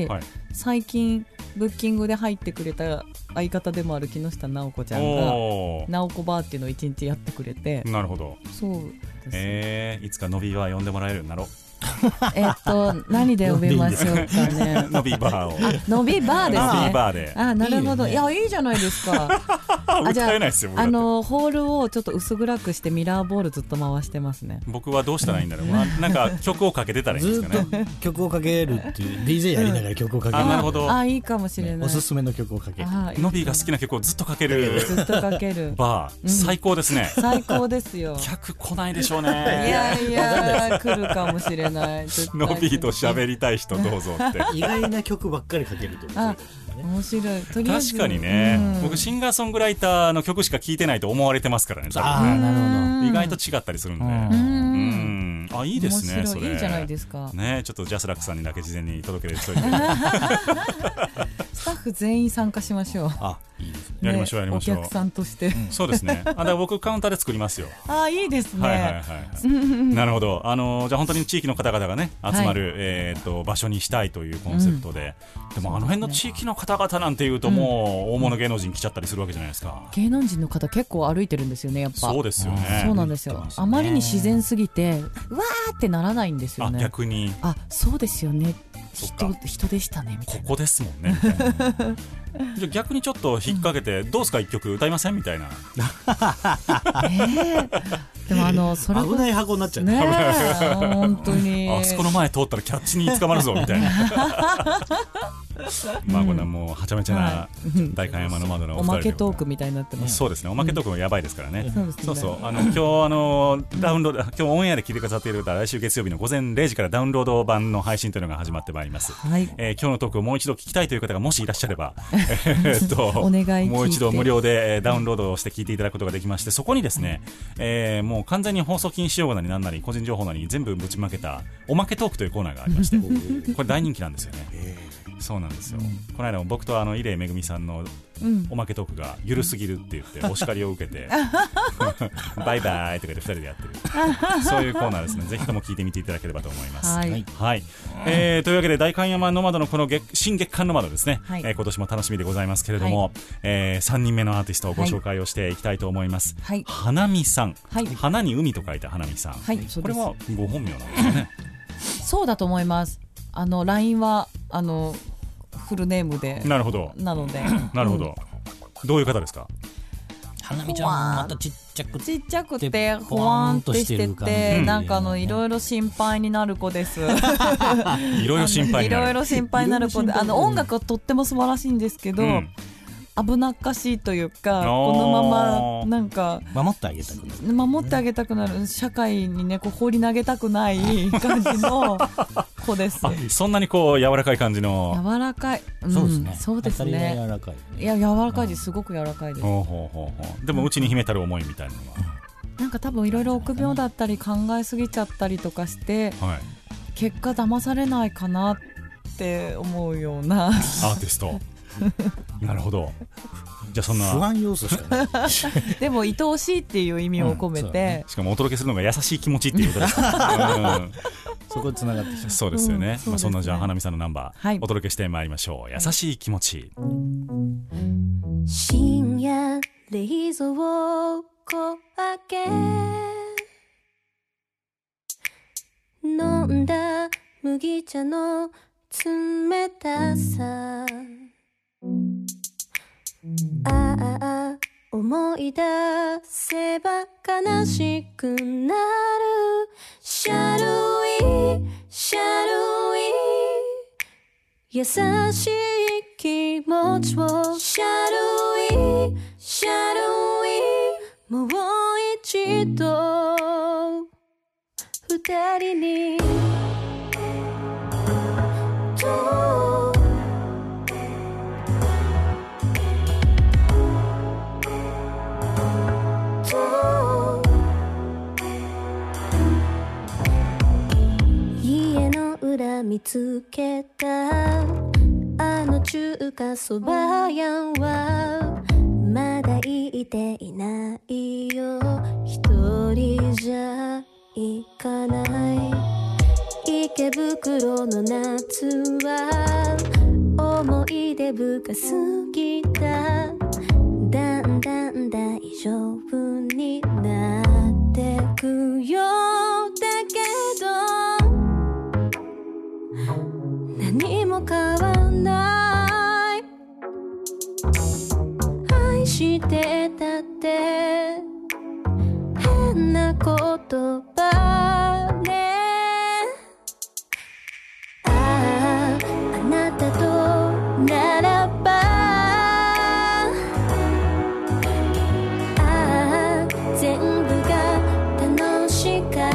はい、最近ブッキングで入ってくれた相方でもある木下直子ちゃんが直子バーっていうのをいちにちやってくれてなるほどそうです、 えー、いつかノビーバー呼んでもらえるようになろうえっと何で呼びましょうかねノビーバーをあノビーバーですねノビーバーであなるほど い, いやいいじゃないですかあじゃあ歌えないですよあのホールをちょっと薄暗くしてミラーボールずっと回してますね僕はどうしたらいいんだろう、まあ、なんか曲をかけてたらいいんですかねずっと曲をかけるっていう ディージェー やりながら曲をかける、 うん、あなるほどあいいかもしれない、 ね、おすすめの曲をかけるノビーが好きな曲をずっとかけるずっとかけるバー、うん、最高ですね最高ですよ客来ないでしょうねいやいや来るかもしれないノビーと喋りたい人どうぞって意外な曲ばっかりかけると面白いですね面白いとりあえず確かにね、うん、僕シンガーソングライターの曲しか聴いてないと思われてますからね多分ねあなるほど意外と違ったりするんでうんあいいですねそれいいじゃないですかねちょっとジャスラックさんにだけ事前に届けておいてスタッフ全員参加しましょうあいいですねやりましょうやりましょうお客さんとして、うん、 そうですねあだから僕カウンターで作りますよあいいですねはいはいはい、はい、なるほどあのじゃあ本当に地域の方々がね集まる、はいえー、と場所にしたいというコンセプトで、うん、でもあの辺の地域の方々なんていうともう大物芸能人来ちゃったりするわけじゃないですか、 うん、芸能人の方結構歩いてるんですよねやっぱそうですよねそうなんですよ、ね、あまりに自然すぎてうわーってならないんですよねあ逆にあそうですよね 人, 人でしたねみたいなここですもんねみたいなじゃあ逆にちょっと引っ掛けて、うん、どうすか一曲歌いませんみたいなえー、でもあのそれ危ない箱になっちゃうね本当にあそこの前通ったらキャッチに捕まるぞみたいなまあこれはもうはちゃめちゃな代官山の窓のお二人おまけトークみたいになってますそうですねおまけトークもやばいですからね、 うん、 そうそうあの今日あのダウンロード今日オンエアで聞いてくださっている方は来週月曜日の午前れいじからダウンロード版の配信というのが始まってまいります、 はいえー、今日のトークをもう一度聞きたいという方がもしいらっしゃればえっとお願いもう一度無料でダウンロードをして聞いていただくことができましてそこにですね、えー、もう完全に放送禁止用語なりなんなり個人情報なり全部ぶちまけたおまけトークというコーナーがありましてこれ大人気なんですよねそうなんですよ、うん、この間も僕とあの伊礼めぐみさんのおまけトークがゆるすぎるって言ってお叱りを受けてバイバイとかでふたりでやってるそういうコーナーですねぜひとも聞いてみていただければと思います、 はいはいえー、というわけで代官山の窓のこの月新月間の窓ですね、はいえー、今年も楽しみでございますけれども、はいえー、さんにんめのアーティストをご紹介をしていきたいと思います、はい、花見さん、はい、花に海と書いて花見さん、はい、これはご本名なんですよねそうだと思いますあの ライン はあのフルネームでなるほどなのでなるほど、うん、どういう方ですか花見ちゃんまたちっちゃくてちっちゃくてほわんとしててなんかあのいろいろ心配になる子ですいろいろ心配になるいろいろ心配になる子であの音楽はとっても素晴らしいんですけど、うん危なっかしいというかこのままなんか守ってあげたくなる守ってあげたくなる社会にねこう放り投げたくない感じの子ですそんなにこう柔らかい感じの柔らかい、うん、 そうですねそうですね柔らかい、ね、 いや柔らかいですすごく柔らかいですほうほうほうほうでもうちに秘めたる思いみたいなのはなんか多分いろいろ臆病だったり考えすぎちゃったりとかして、はい、結果騙されないかなっって思うようなアーティストなるほど。じゃあそんな不安要素しかないでも愛おしいっていう意味を込めて、うんね、 しかもお届けするのが優しい気持ちっていうことです、うん、 そこでつながってきた。 そうですよね、うん、そ, ねまあ、そんなじゃあ花見さんのナンバー、はい、お届けしてまいりましょう。優しい気持ち。 深夜冷蔵庫開け飲んだ麦茶の冷たさ、ああ思い出せば悲しくなる。シャルウィシャルウィ優しい気持ちを。シャルウィシャルウィもう一度二人にと家の裏見つけたあの中華そば屋はまだ行っていないよ。一人じゃ行かない。池袋の夏は思い出深すぎた。だんだん大丈夫になってくよ。だけど何も変わんない。愛してたって変な言葉ね。あああなたとならば、ああ全部が楽しかった。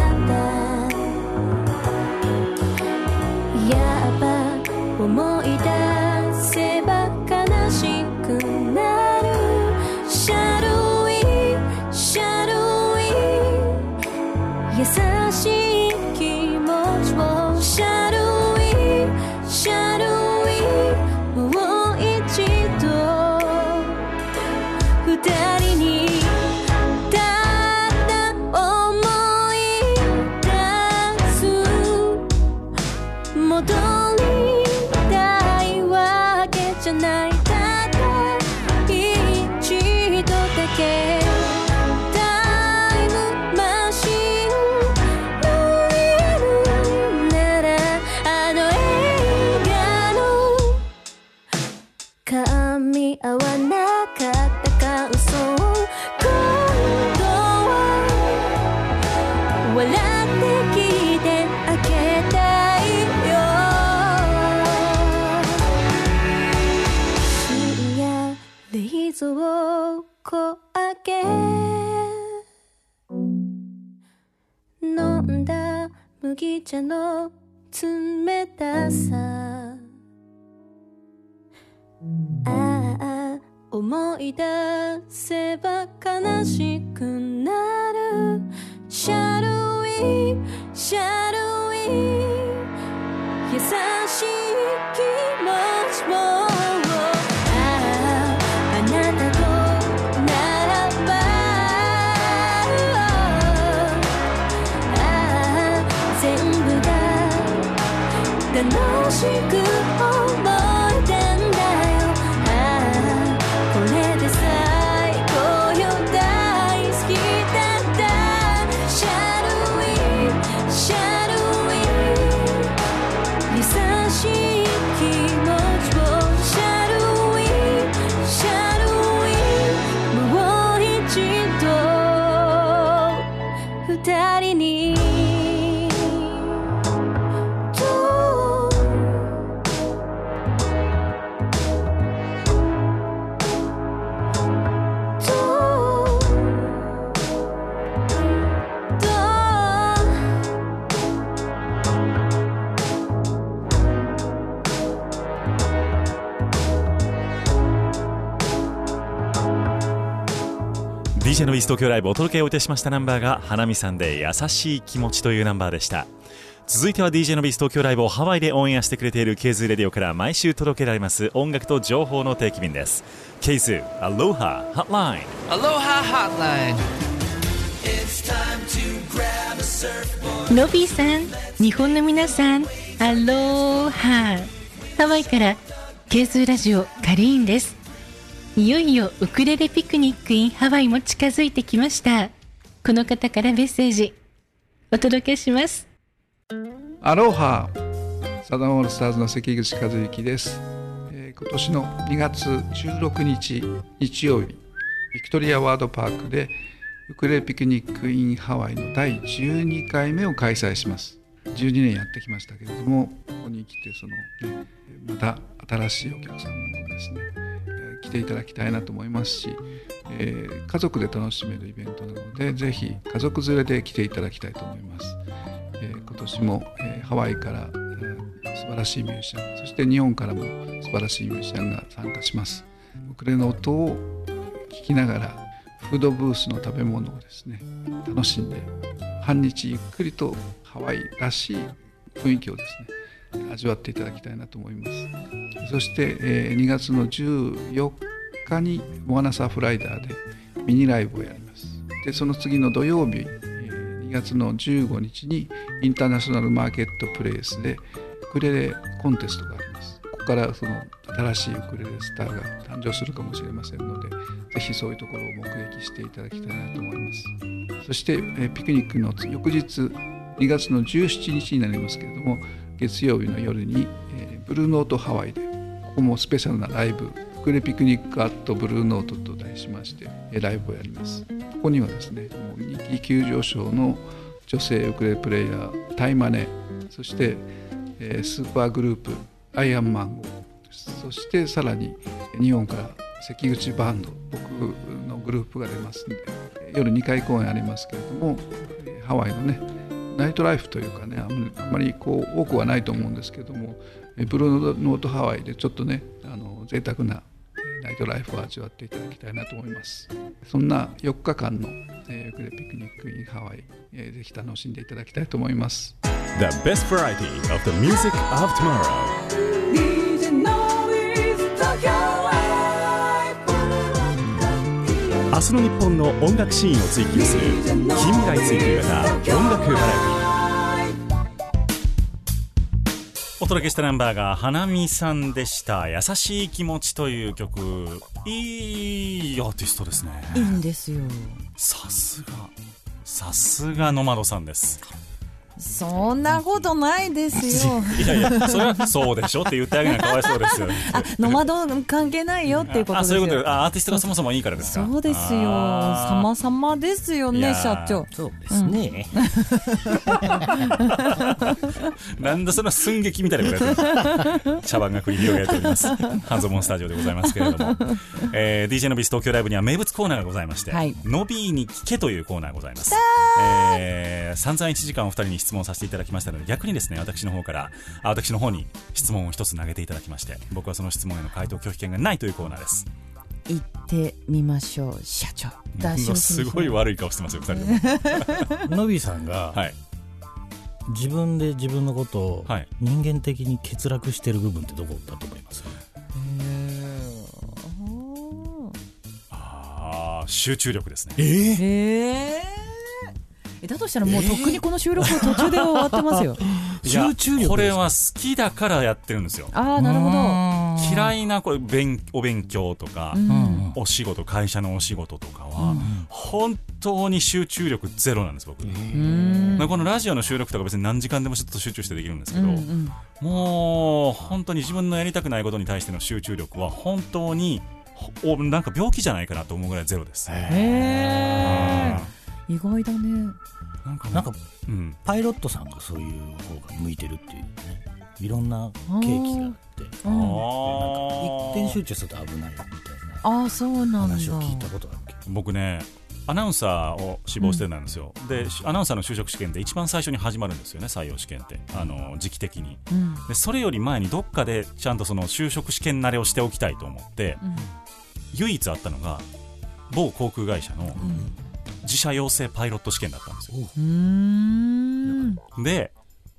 やっぱ思い出せば悲しくなる。シャルウィシャルウィ優しい気持ちを。シャルウィシャルウィもう一度二人にただ思い出す。戻りたいわけじゃない。ただ一度だけタイムマシン乗れるなら、あの映画の噛み合わなかった感想を今度は笑って聞いてあげたいよ。深夜冷蔵庫開け飲んだ麦茶の冷たさ、ああ思い出せば悲しくなる。シャルウィシャルウィ優しい気持ちを。あああなたとならば、ああ全部が楽しく思えてんだよ。ああこれで最高よ。大好きだった。シャルウィシャルウィ優しい気持ちを。シャルウィシャルウィもう一度二人にディージェー のビース東京ライブお届けをいたしましたナンバーが花見さんで優しい気持ちというナンバーでした。 続いては ディージェー のビース東京ライブをハワイでオンエアしてくれているケイズーレディオから毎週届けられます音楽と情報の定期便です。ケイズーアロハホットライン。 アロハホットライン。 ノビーさん、日本の皆さん、アロハ。ハワイからケイズーラジオカリーンです。いよいよウクレレピクニック in ハワイも近づいてきました。この方からメッセージお届けします。 アロハ、サザンオールスターズの関口和之です、えー、今年のにがつじゅうろくにち日曜日、ビクトリアワードパークでウクレレピクニック in ハワイのだいじゅうにかいめを開催します。じゅうにねんやってきましたけれども、ここに来てその、ね、また新しいお客さんもですね、えー、来ていただきたいなと思いますし、えー、家族で楽しめるイベントなので、ぜひ家族連れで来ていただきたいと思います。えー、今年も、えー、ハワイから、えー、素晴らしいミュージシャン、そして日本からも素晴らしいミュージシャンが参加します。ウクレレの音を聞きながらフードブースの食べ物をですね楽しんで、半日ゆっくりとハワイらしい雰囲気をですね味わっていただきたいなと思います。そして、えー、にがつのじゅうよっかにモアナサーフライダーでミニライブをやります。でその次の土曜日、にがつのじゅうごにちにインターナショナルマーケットプレイスでウクレレコンテストがあります。ここからその新しいウクレレスターが誕生するかもしれませんので、ぜひそういうところを目撃していただきたいなと思います。そして、えピクニックの翌日にがつのじゅうしちにちになりますけれども、月曜日の夜に、えー、ブルーノートハワイで、ここもスペシャルなライブ、ウクレレピクニックアットブルーノートと題しまして、えー、ライブをやります。ここにはですね、もう人気急上昇の女性ウクレレプレイヤータイマネ、そして、えー、スーパーグループアイアンマンゴー、そしてさらに日本から関口バンド、僕のグループが出ますので、夜にかい公演ありますけれども、ハワイのねナイトライフというかね、あんまりこう多くはないと思うんですけども、ブルーノートハワイでちょっとねあの贅沢なナイトライフを味わっていただきたいなと思います。そんなよっかかんの、えー、ウクレレピクニック in ハワイ、えー、ぜひ楽しんでいただきたいと思います。 The best variety of the music of tomorrow。 明日の日本の音楽シーンを追求する近未来追求型音楽バラエティ。 お届けしたナンバーが花見さんでした。優しい気持ちという曲、いいアーティストですね。 いいんですよ。 さすがさすがノマドさんです。 そんなことないですよ。 いやいや、それはそうでしょって言ってあげないとかわいそうですよ。 あ、ノマド関係ないよっていうことですよ。 あ、そういうこと。あ、アーティストがそもそもいいからですか。 そうですよ。様々ですよね、社長。 そうですね。 うん、なんだその寸劇みたいなことやってる。茶番が繰り広げられております。半蔵門スタジオでございますけれども、えー、ディージェー のビス東京ライブには名物コーナーがございまして、はい、ノビーに聞けというコーナーがございます。えー、散々いちじかんお二人に質問させていただきましたので、逆にですね、私の方からあ私の方に質問を一つ投げていただきまして、僕はその質問への回答拒否権がないというコーナーです。 行ってみましょう、社長。 すごい悪い顔してますよ、ふたりとも。 ノビーさんが、はい、自分で自分のことを人間的に欠落してる部分ってどこだと思います？ あ、集中力ですね。 えー、えー、だとしたらもうとっくにこの収録は途中で終わってますよ。 集中力、これは好きだからやってるんですよ。 ああ、なるほど。 嫌いなこれ勉お勉強とか、うん、お仕事、会社のお仕事とかは、うん、本当に集中力ゼロなんです僕。うん、このラジオの収録とか別に何時間でもちょっと集中してできるんですけど、うんうん、もう本当に自分のやりたくないことに対しての集中力は本当におなんか病気じゃないかなと思うぐらいゼロです。 へー、意外だね。 なんか、なんかうん、パイロットさんがそういう方が向いてるっていうね、いろんな契機があって、あ、なんか一点集中すると危ないみたいな、あ、そうなんだ、話を聞いたことあるけど、 僕ねアナウンサーを志望してたんですよ、うん、でアナウンサーの就職試験で一番最初に始まるんですよね、採用試験って、あの時期的に、うん、でそれより前にどっかでちゃんとその就職試験慣れをしておきたいと思って、うん、唯一あったのが某航空会社の、うん、自社養成パイロット試験だったんですよ。うーんで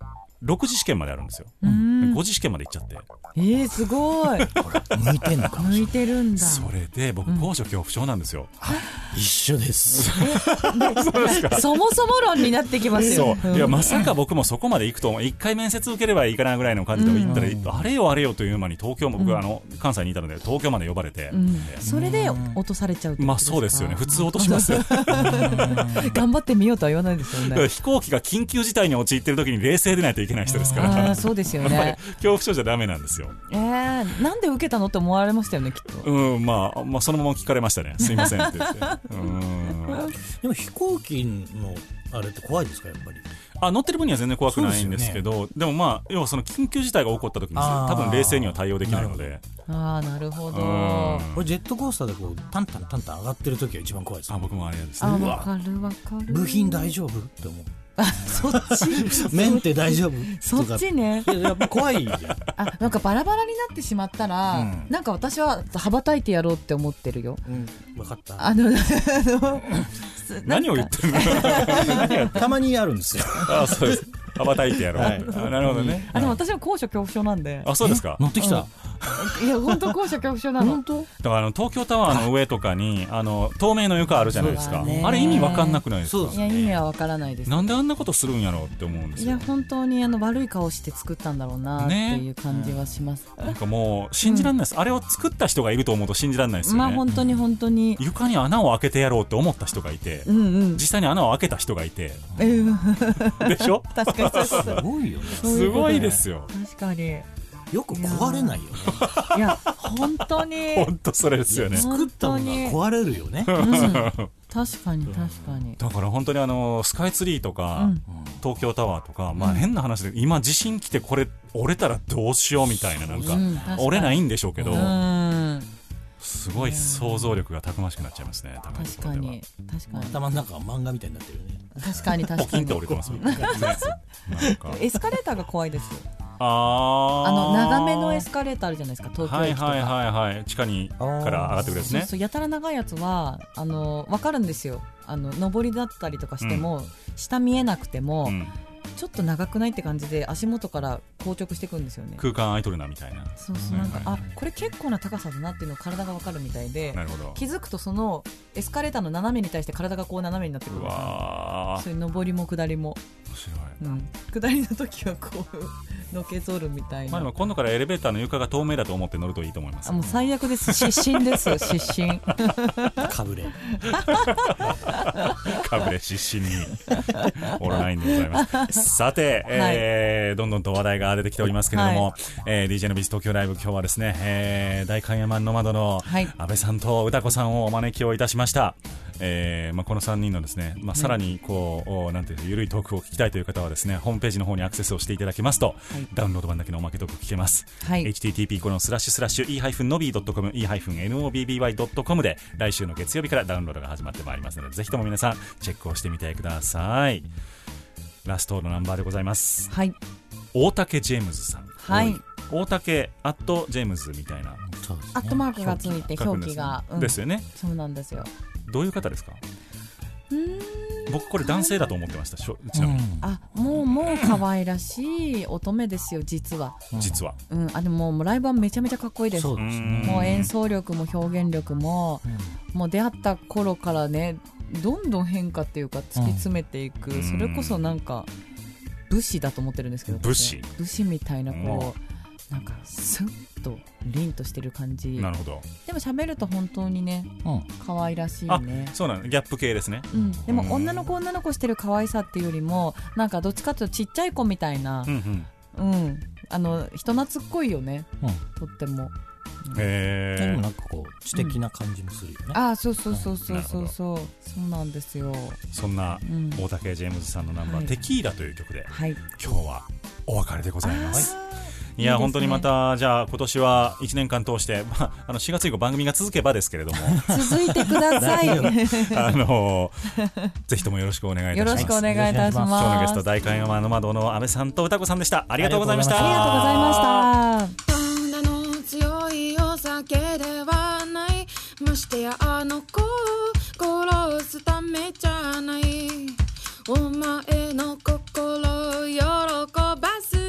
ろくじ試験まであるんですよ、 うん、 ごじ試験まで行っちゃって、 えー、すごい向いてんのかもしれない。 向いてるんだ。 それで僕高所恐怖症なんですよ、 うん、一緒ですそうですか。 そもそも論になってきますよ。 そういやまさか僕もそこまで行くと一回面接受ければいいかなぐらいの感じで行ったら、うん、あれよあれよという間に東京も僕、うん、あの関西にいたので東京まで呼ばれて、うん、 それで落とされちゃうってことですか。 まあそうですよね、普通落とします頑張ってみようとは言わないですよね。 飛行機が緊急事態に陥ってる時に冷静でないといけない人ですから。 あそうですよね。 やっぱり恐怖症じゃダメなんですよ。 えー、なんで受けたのって思われましたよねきっと。 うん、まあ、まあそのまま聞かれましたね。すいませんって言ってうんでも飛行機のあれって怖いですかやっぱり。 あ乗ってる分には全然怖くないんですけど、 で, ね、でもまあ要はその緊急事態が起こった時に多分冷静には対応できないので。 ああなるほど。 これジェットコースターでこうタンタンタンタン上がってる時が一番怖いです、ね、 あ僕もあれですね。 あわかるわかる。 部品大丈夫って思う。 あそっちメンテ大丈夫そっちね。 いややっぱ怖いじゃん。 あなんかバラバラになってしまったら、うん、なんか私は羽ばたいてやろうって思ってるよ、うん、 分かった。 あの何を言ってるのたまにあるんですよ。 あそうです羽ばたいてやろう、はい、あなるほどね。 あでも私は高所恐怖症なんで。 あそうですか。 乗ってきた、 うん、いや本当高所恐怖症なの。 本当だからあの東京タワーの上とかにあの透明の床あるじゃないですか。あれ意味わかんなくないですか。 そうですね、 いや意味はわからないです。 なんであんなことするんやろうって思うんですよ。 いや本当にあの悪い顔して作ったんだろうなっていう感じはします、 ね、なんかもう信じられないです、うん、あれを作った人がいると思うと信じられないですよね。 まあ本当に本当に床に穴を開けてやろうって思った人がいて、うんうん、実際に穴を開けた人がいて、えー、でしょ。 確かにそうそうすごいよね。 すごいですよ。 確かによく壊れないよね。 いや本当に本当それですよね。 作ったものが壊れるよね、 うん、確かに確かに。 だから本当にあのスカイツリーとか、うん、東京タワーとか、まあ、変な話で今地震来てこれ折れたらどうしようみたいな、なんか、うん、折れないんでしょうけど、うん、すごい想像力がたくましくなっちゃいますね。 確かに確かに頭の中が漫画みたいになってるね。 確かに確かにポキンと折れてますよ、ね、 なんかエスカレーターが怖いですよ。 ああの長めのエスカレーターあるじゃないですか、東京駅とか。 はいはいはいはい、地下にから上がってくるやつね。 そうそう、やたら長いやつはあの分かるんですよ。あの上りだったりとかしても、うん、下見えなくても、うん、ちょっと長くないって感じで足元から硬直していくんですよね。 空間空いとるなみたいな。 そうそう、なんか、はいはい、あこれ結構な高さだなっていうのを体が分かるみたいで、 なるほど。気づくとそのエスカレーターの斜めに対して体がこう斜めになってくるんですよ。うわそういう上りも下りも面白い、 うん、下りの時はこうのけぞるみたいな。 まあ、でも今度からエレベーターの床が透明だと思って乗るといいと思います。 あもう最悪です。失神です失神かぶれかぶれ失神にオールナインでございますさて、えーはい、どんどんと話題が出てきておりますけれども、はい、えー、ディージェー のビス東京ライブ、今日はですね、えー、代官山の窓の安倍さんと歌子さんをお招きをいたしました。えーまあ、このさんにんのですね、まあ、さらにこう、はい、なんていうゆるいトークを聞きたいという方はですね、ホームページの方にアクセスをしていただきますと、はい、ダウンロード版だけのおまけトーク聞けます、はい、エイチティーティーピー コロンスラッシュスラッシュ イーハイフンノビー ドットコム イーハイフンノビーワイ ドットコム で来週の月曜日からダウンロードが始まってまいりますので、ぜひとも皆さんチェックをしてみてください。ラストのナンバーでございます、はい、大竹ジェームズさん、はい、大竹アットジェームズみたいな、ね、 アットマークがついて表記が、 うん、ですよね。 そうなんですよ。 どういう方ですか？うーん僕これ男性だと思ってました。ちなみに、うん、 あもうもう可愛らしい乙女ですよ実は。 実は、 うん、あでももうライブはめちゃめちゃかっこいいです。 そうですね。 もう演奏力も表現力も、うん、もう出会った頃からねどんどん変化っていうか突き詰めていく、うん、それこそなんか武士だと思ってるんですけど、 武士武士みたいなこうなんかスッと凛としてる感じ。 なるほど。 でも喋ると本当にね、うん、可愛らしいね。 あそうなの、ギャップ系ですね、 うん、でも女の子女の子してる可愛さっていうよりもなんかどっちかというとちっちゃい子みたいな、うんうんうん、あの人懐っこいよね、うん、とっても。 へー、でもなんかこう知的な感じもするよね、うん、 あそうそうそうそうそうそう、そうなんですよ。 そんな大竹ジェームズさんのナンバー、はい、テキーラという曲で、はい、今日はお別れでございます。いやいい、ね、本当にまたじゃあ今年はいちねんかん通して、まあ、あのしがつ以降番組が続けばですけれども続いてくださいあのぜひともよろしくお願いいたします。 よろしくお願いいたします。 今日のゲスト代官山の窓の安倍さんと歌子さんでした。ありがとうございました。 ありがとうございました。 女の強いお酒ではない、ましてやあの子を殺すためじゃない、お前の心を喜ばす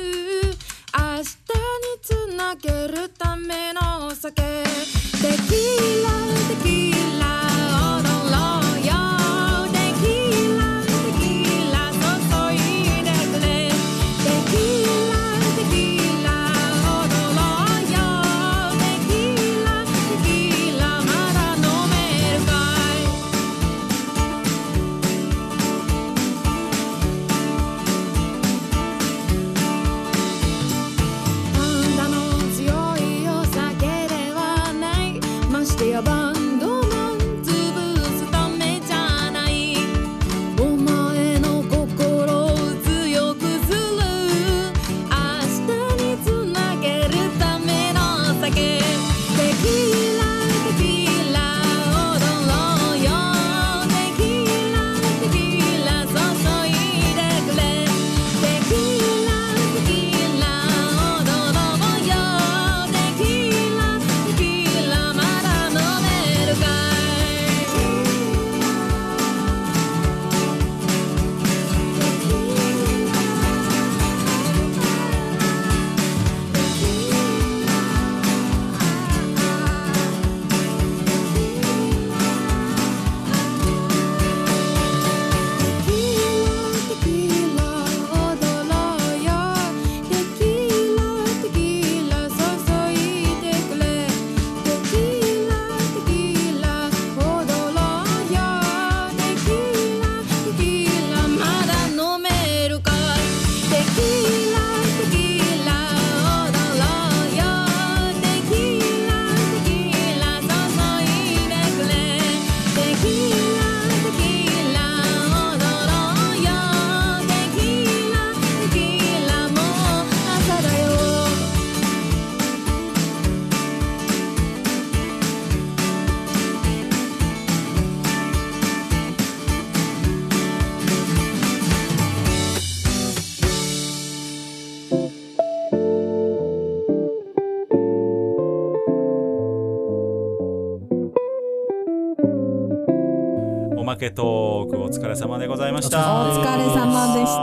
おまけトークお疲れ様でございました。 お疲れ様でした。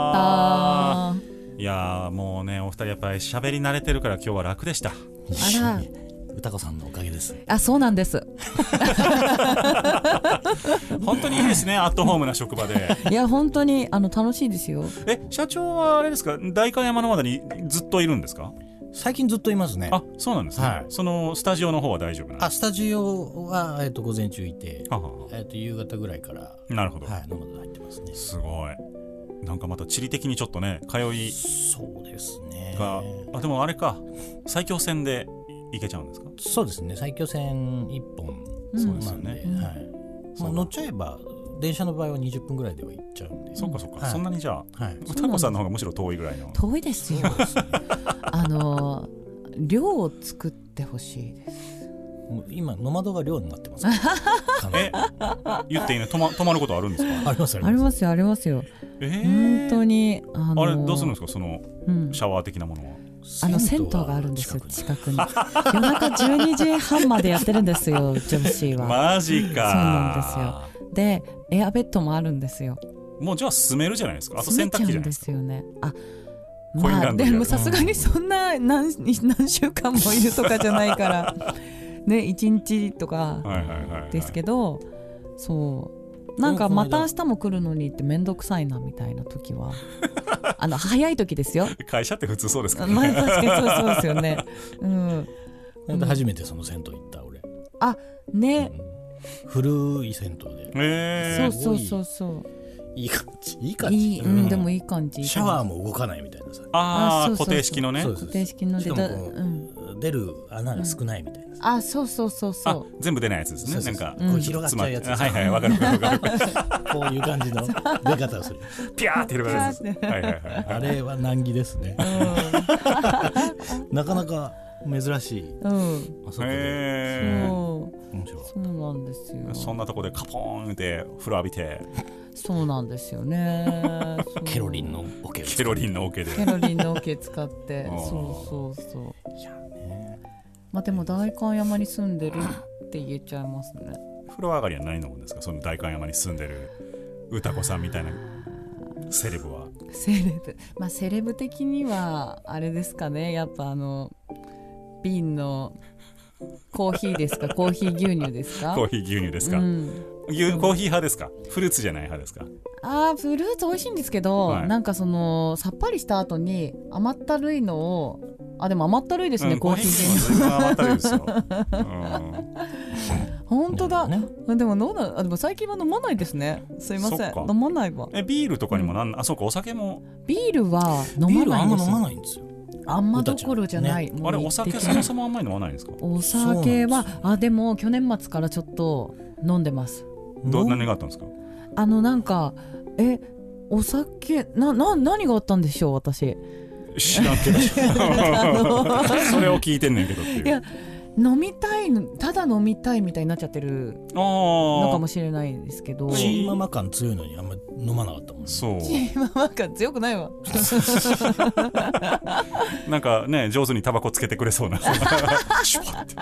いやーもうねお二人やっぱり喋り慣れてるから今日は楽でした。 あら歌子さんのおかげです。 あ、そうなんです。 本当にいいですね、アットホームな職場で。 いや本当にあの楽しいですよ。 え、社長はあれですか、代官山のまだにずっといるんですか？ 最近ずっといますね。 あ、そうなんですね、はい、そのスタジオの方は大丈夫なんですか？ あ、スタジオは、えー、と午前中いて、 ははえー、と夕方ぐらいからなるほど、 はい、ノマド入ってますね。 すごい。なんかまた地理的にちょっとね通いそうですねが、あ、でもあれか埼京線で行けちゃうんですか？ そうですね、埼京線いっぽん、 うん、そうですよね、 はい、まあ、乗っちゃえば電車の場合はにじゅっぷんぐらいでは行っちゃうんで。 そっかそっか、 はい、 そんなにじゃあ、 はい、 歌子さんの方がむしろ遠いぐらいの。 遠いですよ。あの寮を作ってほしいです。 もう今ノマドが寮になってますえ、言っていいね、泊ま、泊まることあるんですか？ ありますありますよありますよ、 えー、 本当に、 あのー、あれどうするんですか、その、うん、シャワー的なものは。 あの銭湯があるんですよ近くに。夜中じゅうにじはんまでやってるんですよ女子は。 マジか。 そうなんですよ。でエアベッドもあるんですよ。 もうじゃあ住めるじゃないですか。あと洗濯機じゃないですか。 住めちゃうんですよね。あ、まあでもさすがにそんな 何, 何週間もいるとかじゃないからね、いちにちとかですけど、そうなんかまた明日も来るのにってめんどくさいなみたいな時はあの早い時ですよ。 会社って普通そうですかね。 まあ確かにそうそうですよね。うん。 初めてその銭湯行った俺。 あね、 うん、古い銭湯で。 えー、そうそうそうそう。 いい感じ、いい感じ、 いい、うん、でもいい感じ。 シャワーも動かないみたいなさ。 ああ、固定式のね。 固定式ので、 うん、出る穴が少ないみたいな、うん、 あ、そうそうそうそう。 全部出ないやつですね。そうそうそう、なんか、 こう広がっちゃうやつ、うん、 はいはい、わかるわかる。 こういう感じの出方をする。 ピャーって広がるやつです。はいはいはい。 あれは難儀ですね。なかなか珍しい。 うん。 あそこで。 へー。 面白い。 そうなんですよ。 そんなとこでカポーンって風呂浴びて。 そうなんですよね。 ケロリンの桶。 ケロリンの桶で。 ケロリンの桶使って。そうそうそう。いやね。まあでも代官山に住んでるって言えちゃいますね。 風呂上がりは何飲むんですか？その代官山に住んでる歌子さんみたいなセレブは。 セレブ。まあセレブ的にはあれですかね。やっぱあの瓶のコーヒーですか？コーヒー牛乳ですか？ コーヒー牛乳ですか？うん、牛コーヒー派ですか？フルーツじゃない派ですか？ あー、フルーツ美味しいんですけど、はい、なんかそのさっぱりした後に甘ったるいのを、あ、でも甘ったるいですね、うん、コーヒー牛乳。 甘ったるいですよ。うん、 本当だ、ね、でも飲なあでも最近は飲まないですね。すいません、飲まないわ。 え、ビールとかにもなん、うん、あ、そうか、お酒も。 ビールは飲まないんですよ。ビールあんま飲まないんですよ。 あんまどころじゃない、 ね、あれお酒そもそもあんまり飲まないんですか？ お酒はあでも去年末からちょっと飲んでます。 ど何があったんですか？ あのなんかえお酒なな何があったんでしょう私。 知らんけどそれを聞いてんねんけどっていう。 いや飲みたいただ飲みたいみたいになっちゃってるのかもしれないですけど、 チーママ感強いのにあんまり飲まなかったもんね。 そうチーママ感強くないわ。 なんかね上手にタバコつけてくれそうなシュパッて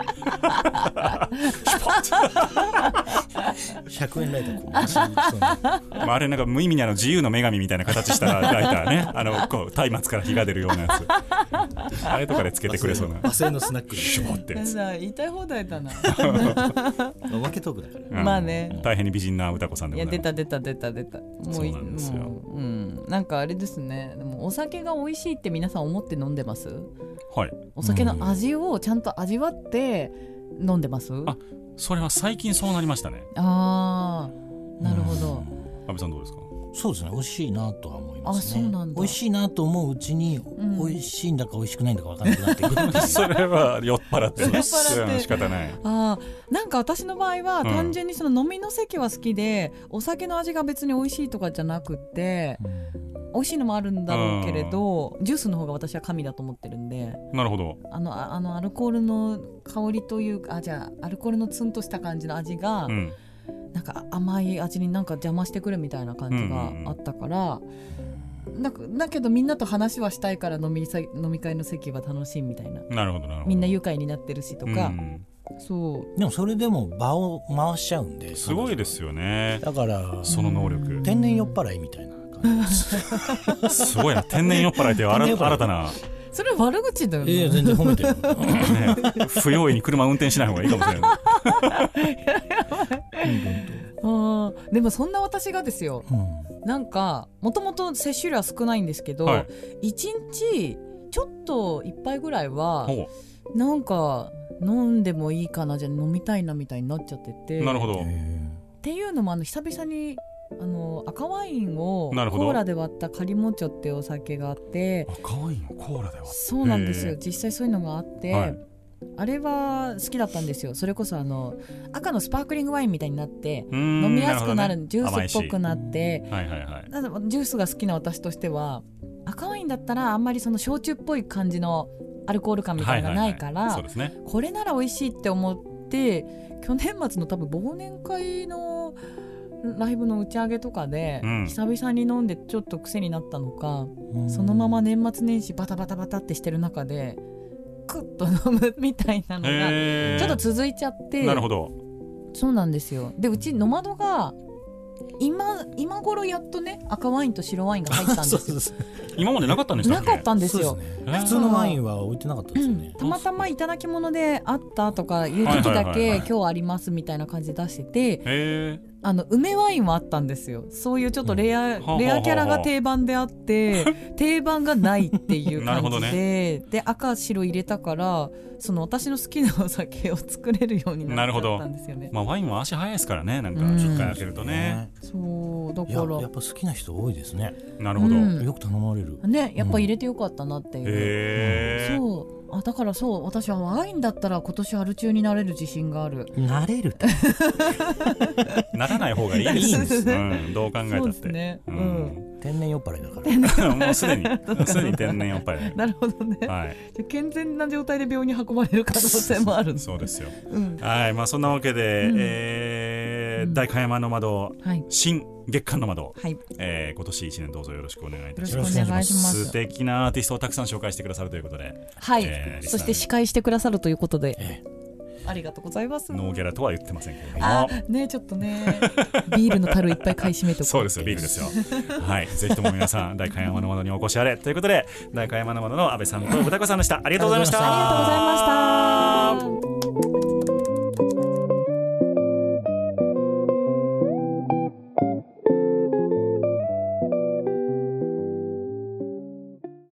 ひゃくえんライターこうまあ、あれなんか無意味にあの自由の女神みたいな形したライターね、あのこう松明から火が出るようなやつあれとかでつけてくれそうな和製のスナックシュポってやつ。 言いたい放題だな。 おまけトークだから、 うん、まあね、 大変に美人な歌子さんでございます。 いや出た出た出た出た。もうそうなんですよ。 もう、うん、なんかあれですね。でもお酒が美味しいって皆さん思って飲んでます？ はい。 お酒の味をちゃんと味わって飲んでます？ あ、それは最近そうなりましたね。 ああ、なるほど。 安部さんどうですか？ そうですね、美味しいなとは思いますね。 あ、そうなんだ。 美味しいなと思ううちに、うん、美味しいんだか美味しくないんだか分からなくなってくるそれは酔っ払って酔っ払って仕方ない。 あ、なんか私の場合は、うん、単純にその飲みの席は好きでお酒の味が別に美味しいとかじゃなくて、うん、美味しいのもあるんだろうけれど、ジュースの方が私は神だと思ってるんで。 なるほど。 あの、あ、あのアルコールの香りというか、あ、じゃあアルコールのツンとした感じの味が、うん、なんか甘い味になんか邪魔してくるみたいな感じがあったから、うんうん、だ, だけどみんなと話はしたいから飲み、飲み会の席は楽しいみたいな。 なるほどなるほど。 みんな愉快になってるしとか、うん、 そうでもそれでも場を回しちゃうんですごいですよね。 だからその能力、 天然酔っ払いみたいな感じですすごいな、天然酔っ払いって新新たな。 それ悪口だよね。 いや全然褒めてるね、不用意に車運転しない方がいいかもしれないあでもそんな私がですよ、 うん、 なんかもともと摂取量は少ないんですけど、はい、いちにちちょっと一杯ぐらいはなんか飲んでもいいかな、じゃあ飲みたいなみたいになっちゃってて。 なるほど。 っていうのもあの久々にあの赤ワインをコなるほどーラで割ったカリモチョっていうお酒があって、 赤ワインをコーラで割った、 そうなんですよ、実際そういうのがあって、 はい、 あれは好きだったんですよ。それこそあの赤のスパークリングワインみたいになって飲みやすくなる、ね、ジュースっぽくなって、はいはいはい、なんジュースが好きな私としては赤ワインだったらあんまりその焼酎っぽい感じのアルコール感みたいなのがないから、これなら美味しいって思って去年末の多分忘年会のライブの打ち上げとかで、うん、久々に飲んでちょっと癖になったのか、うん、そのまま年末年始バタバタバタってしてる中でクッと飲むみたいなのがちょっと続いちゃって。 なるほど。 そうなんですよ。でうちノマドが今今頃やっとね赤ワインと白ワインが入ったんですよ。そうそう今までなかったんですか？ なかったんですよ。 ですね、普通のワインは置いてなかったですよね、 うん、たまたまいただき物であったとかいう時だけ今日ありますみたいな感じで出してて、 へあの梅ワインはあったんですよ。そういうちょっとレア、うん、レアキャラが定番であって定番がないっていう感じで、ね、で赤白入れたからその私の好きなお酒を作れるようになっちゃったんですよね。 まあ、ワインは足早いですからね、なんかしっかり開けるとね、 うん、そうだからや, やっぱ好きな人多いですね。 なるほど、うん、 よく頼まれるね、やっぱ入れてよかったなっていう、うん、 へー、 そうあだからそう私はワインだったら今年アル中になれる自信がある。 なれるならない方がいいです、うん、どう考えたって。そうですね、うん、 天然酔っ払いだからもうすでにすでに天然酔っ払いなるほどね、はい、健全な状態で病院に運ばれる可能性もあるそうですよ、うん、はい、まあ、そんなわけで、うん、えー、代官山の窓、はい、新月刊の窓、はい、えー、今年いちねんどうぞよろしくお願いいたします。 よろしくお願いします。 素敵なアーティストをたくさん紹介してくださるということで、 はい、えー、そして司会してくださるということで、えー、ありがとうございます。 ノーギャラとは言ってませんけれども、 あね、ちょっとねビールの樽いっぱい買い占めておく。 そうですよ、ビールですよはい、ぜひとも皆さん代官山の窓にお越しあれということで、代官山の窓の安倍さんと豚子さんでした。ありがとうございました。 ありがとうございました。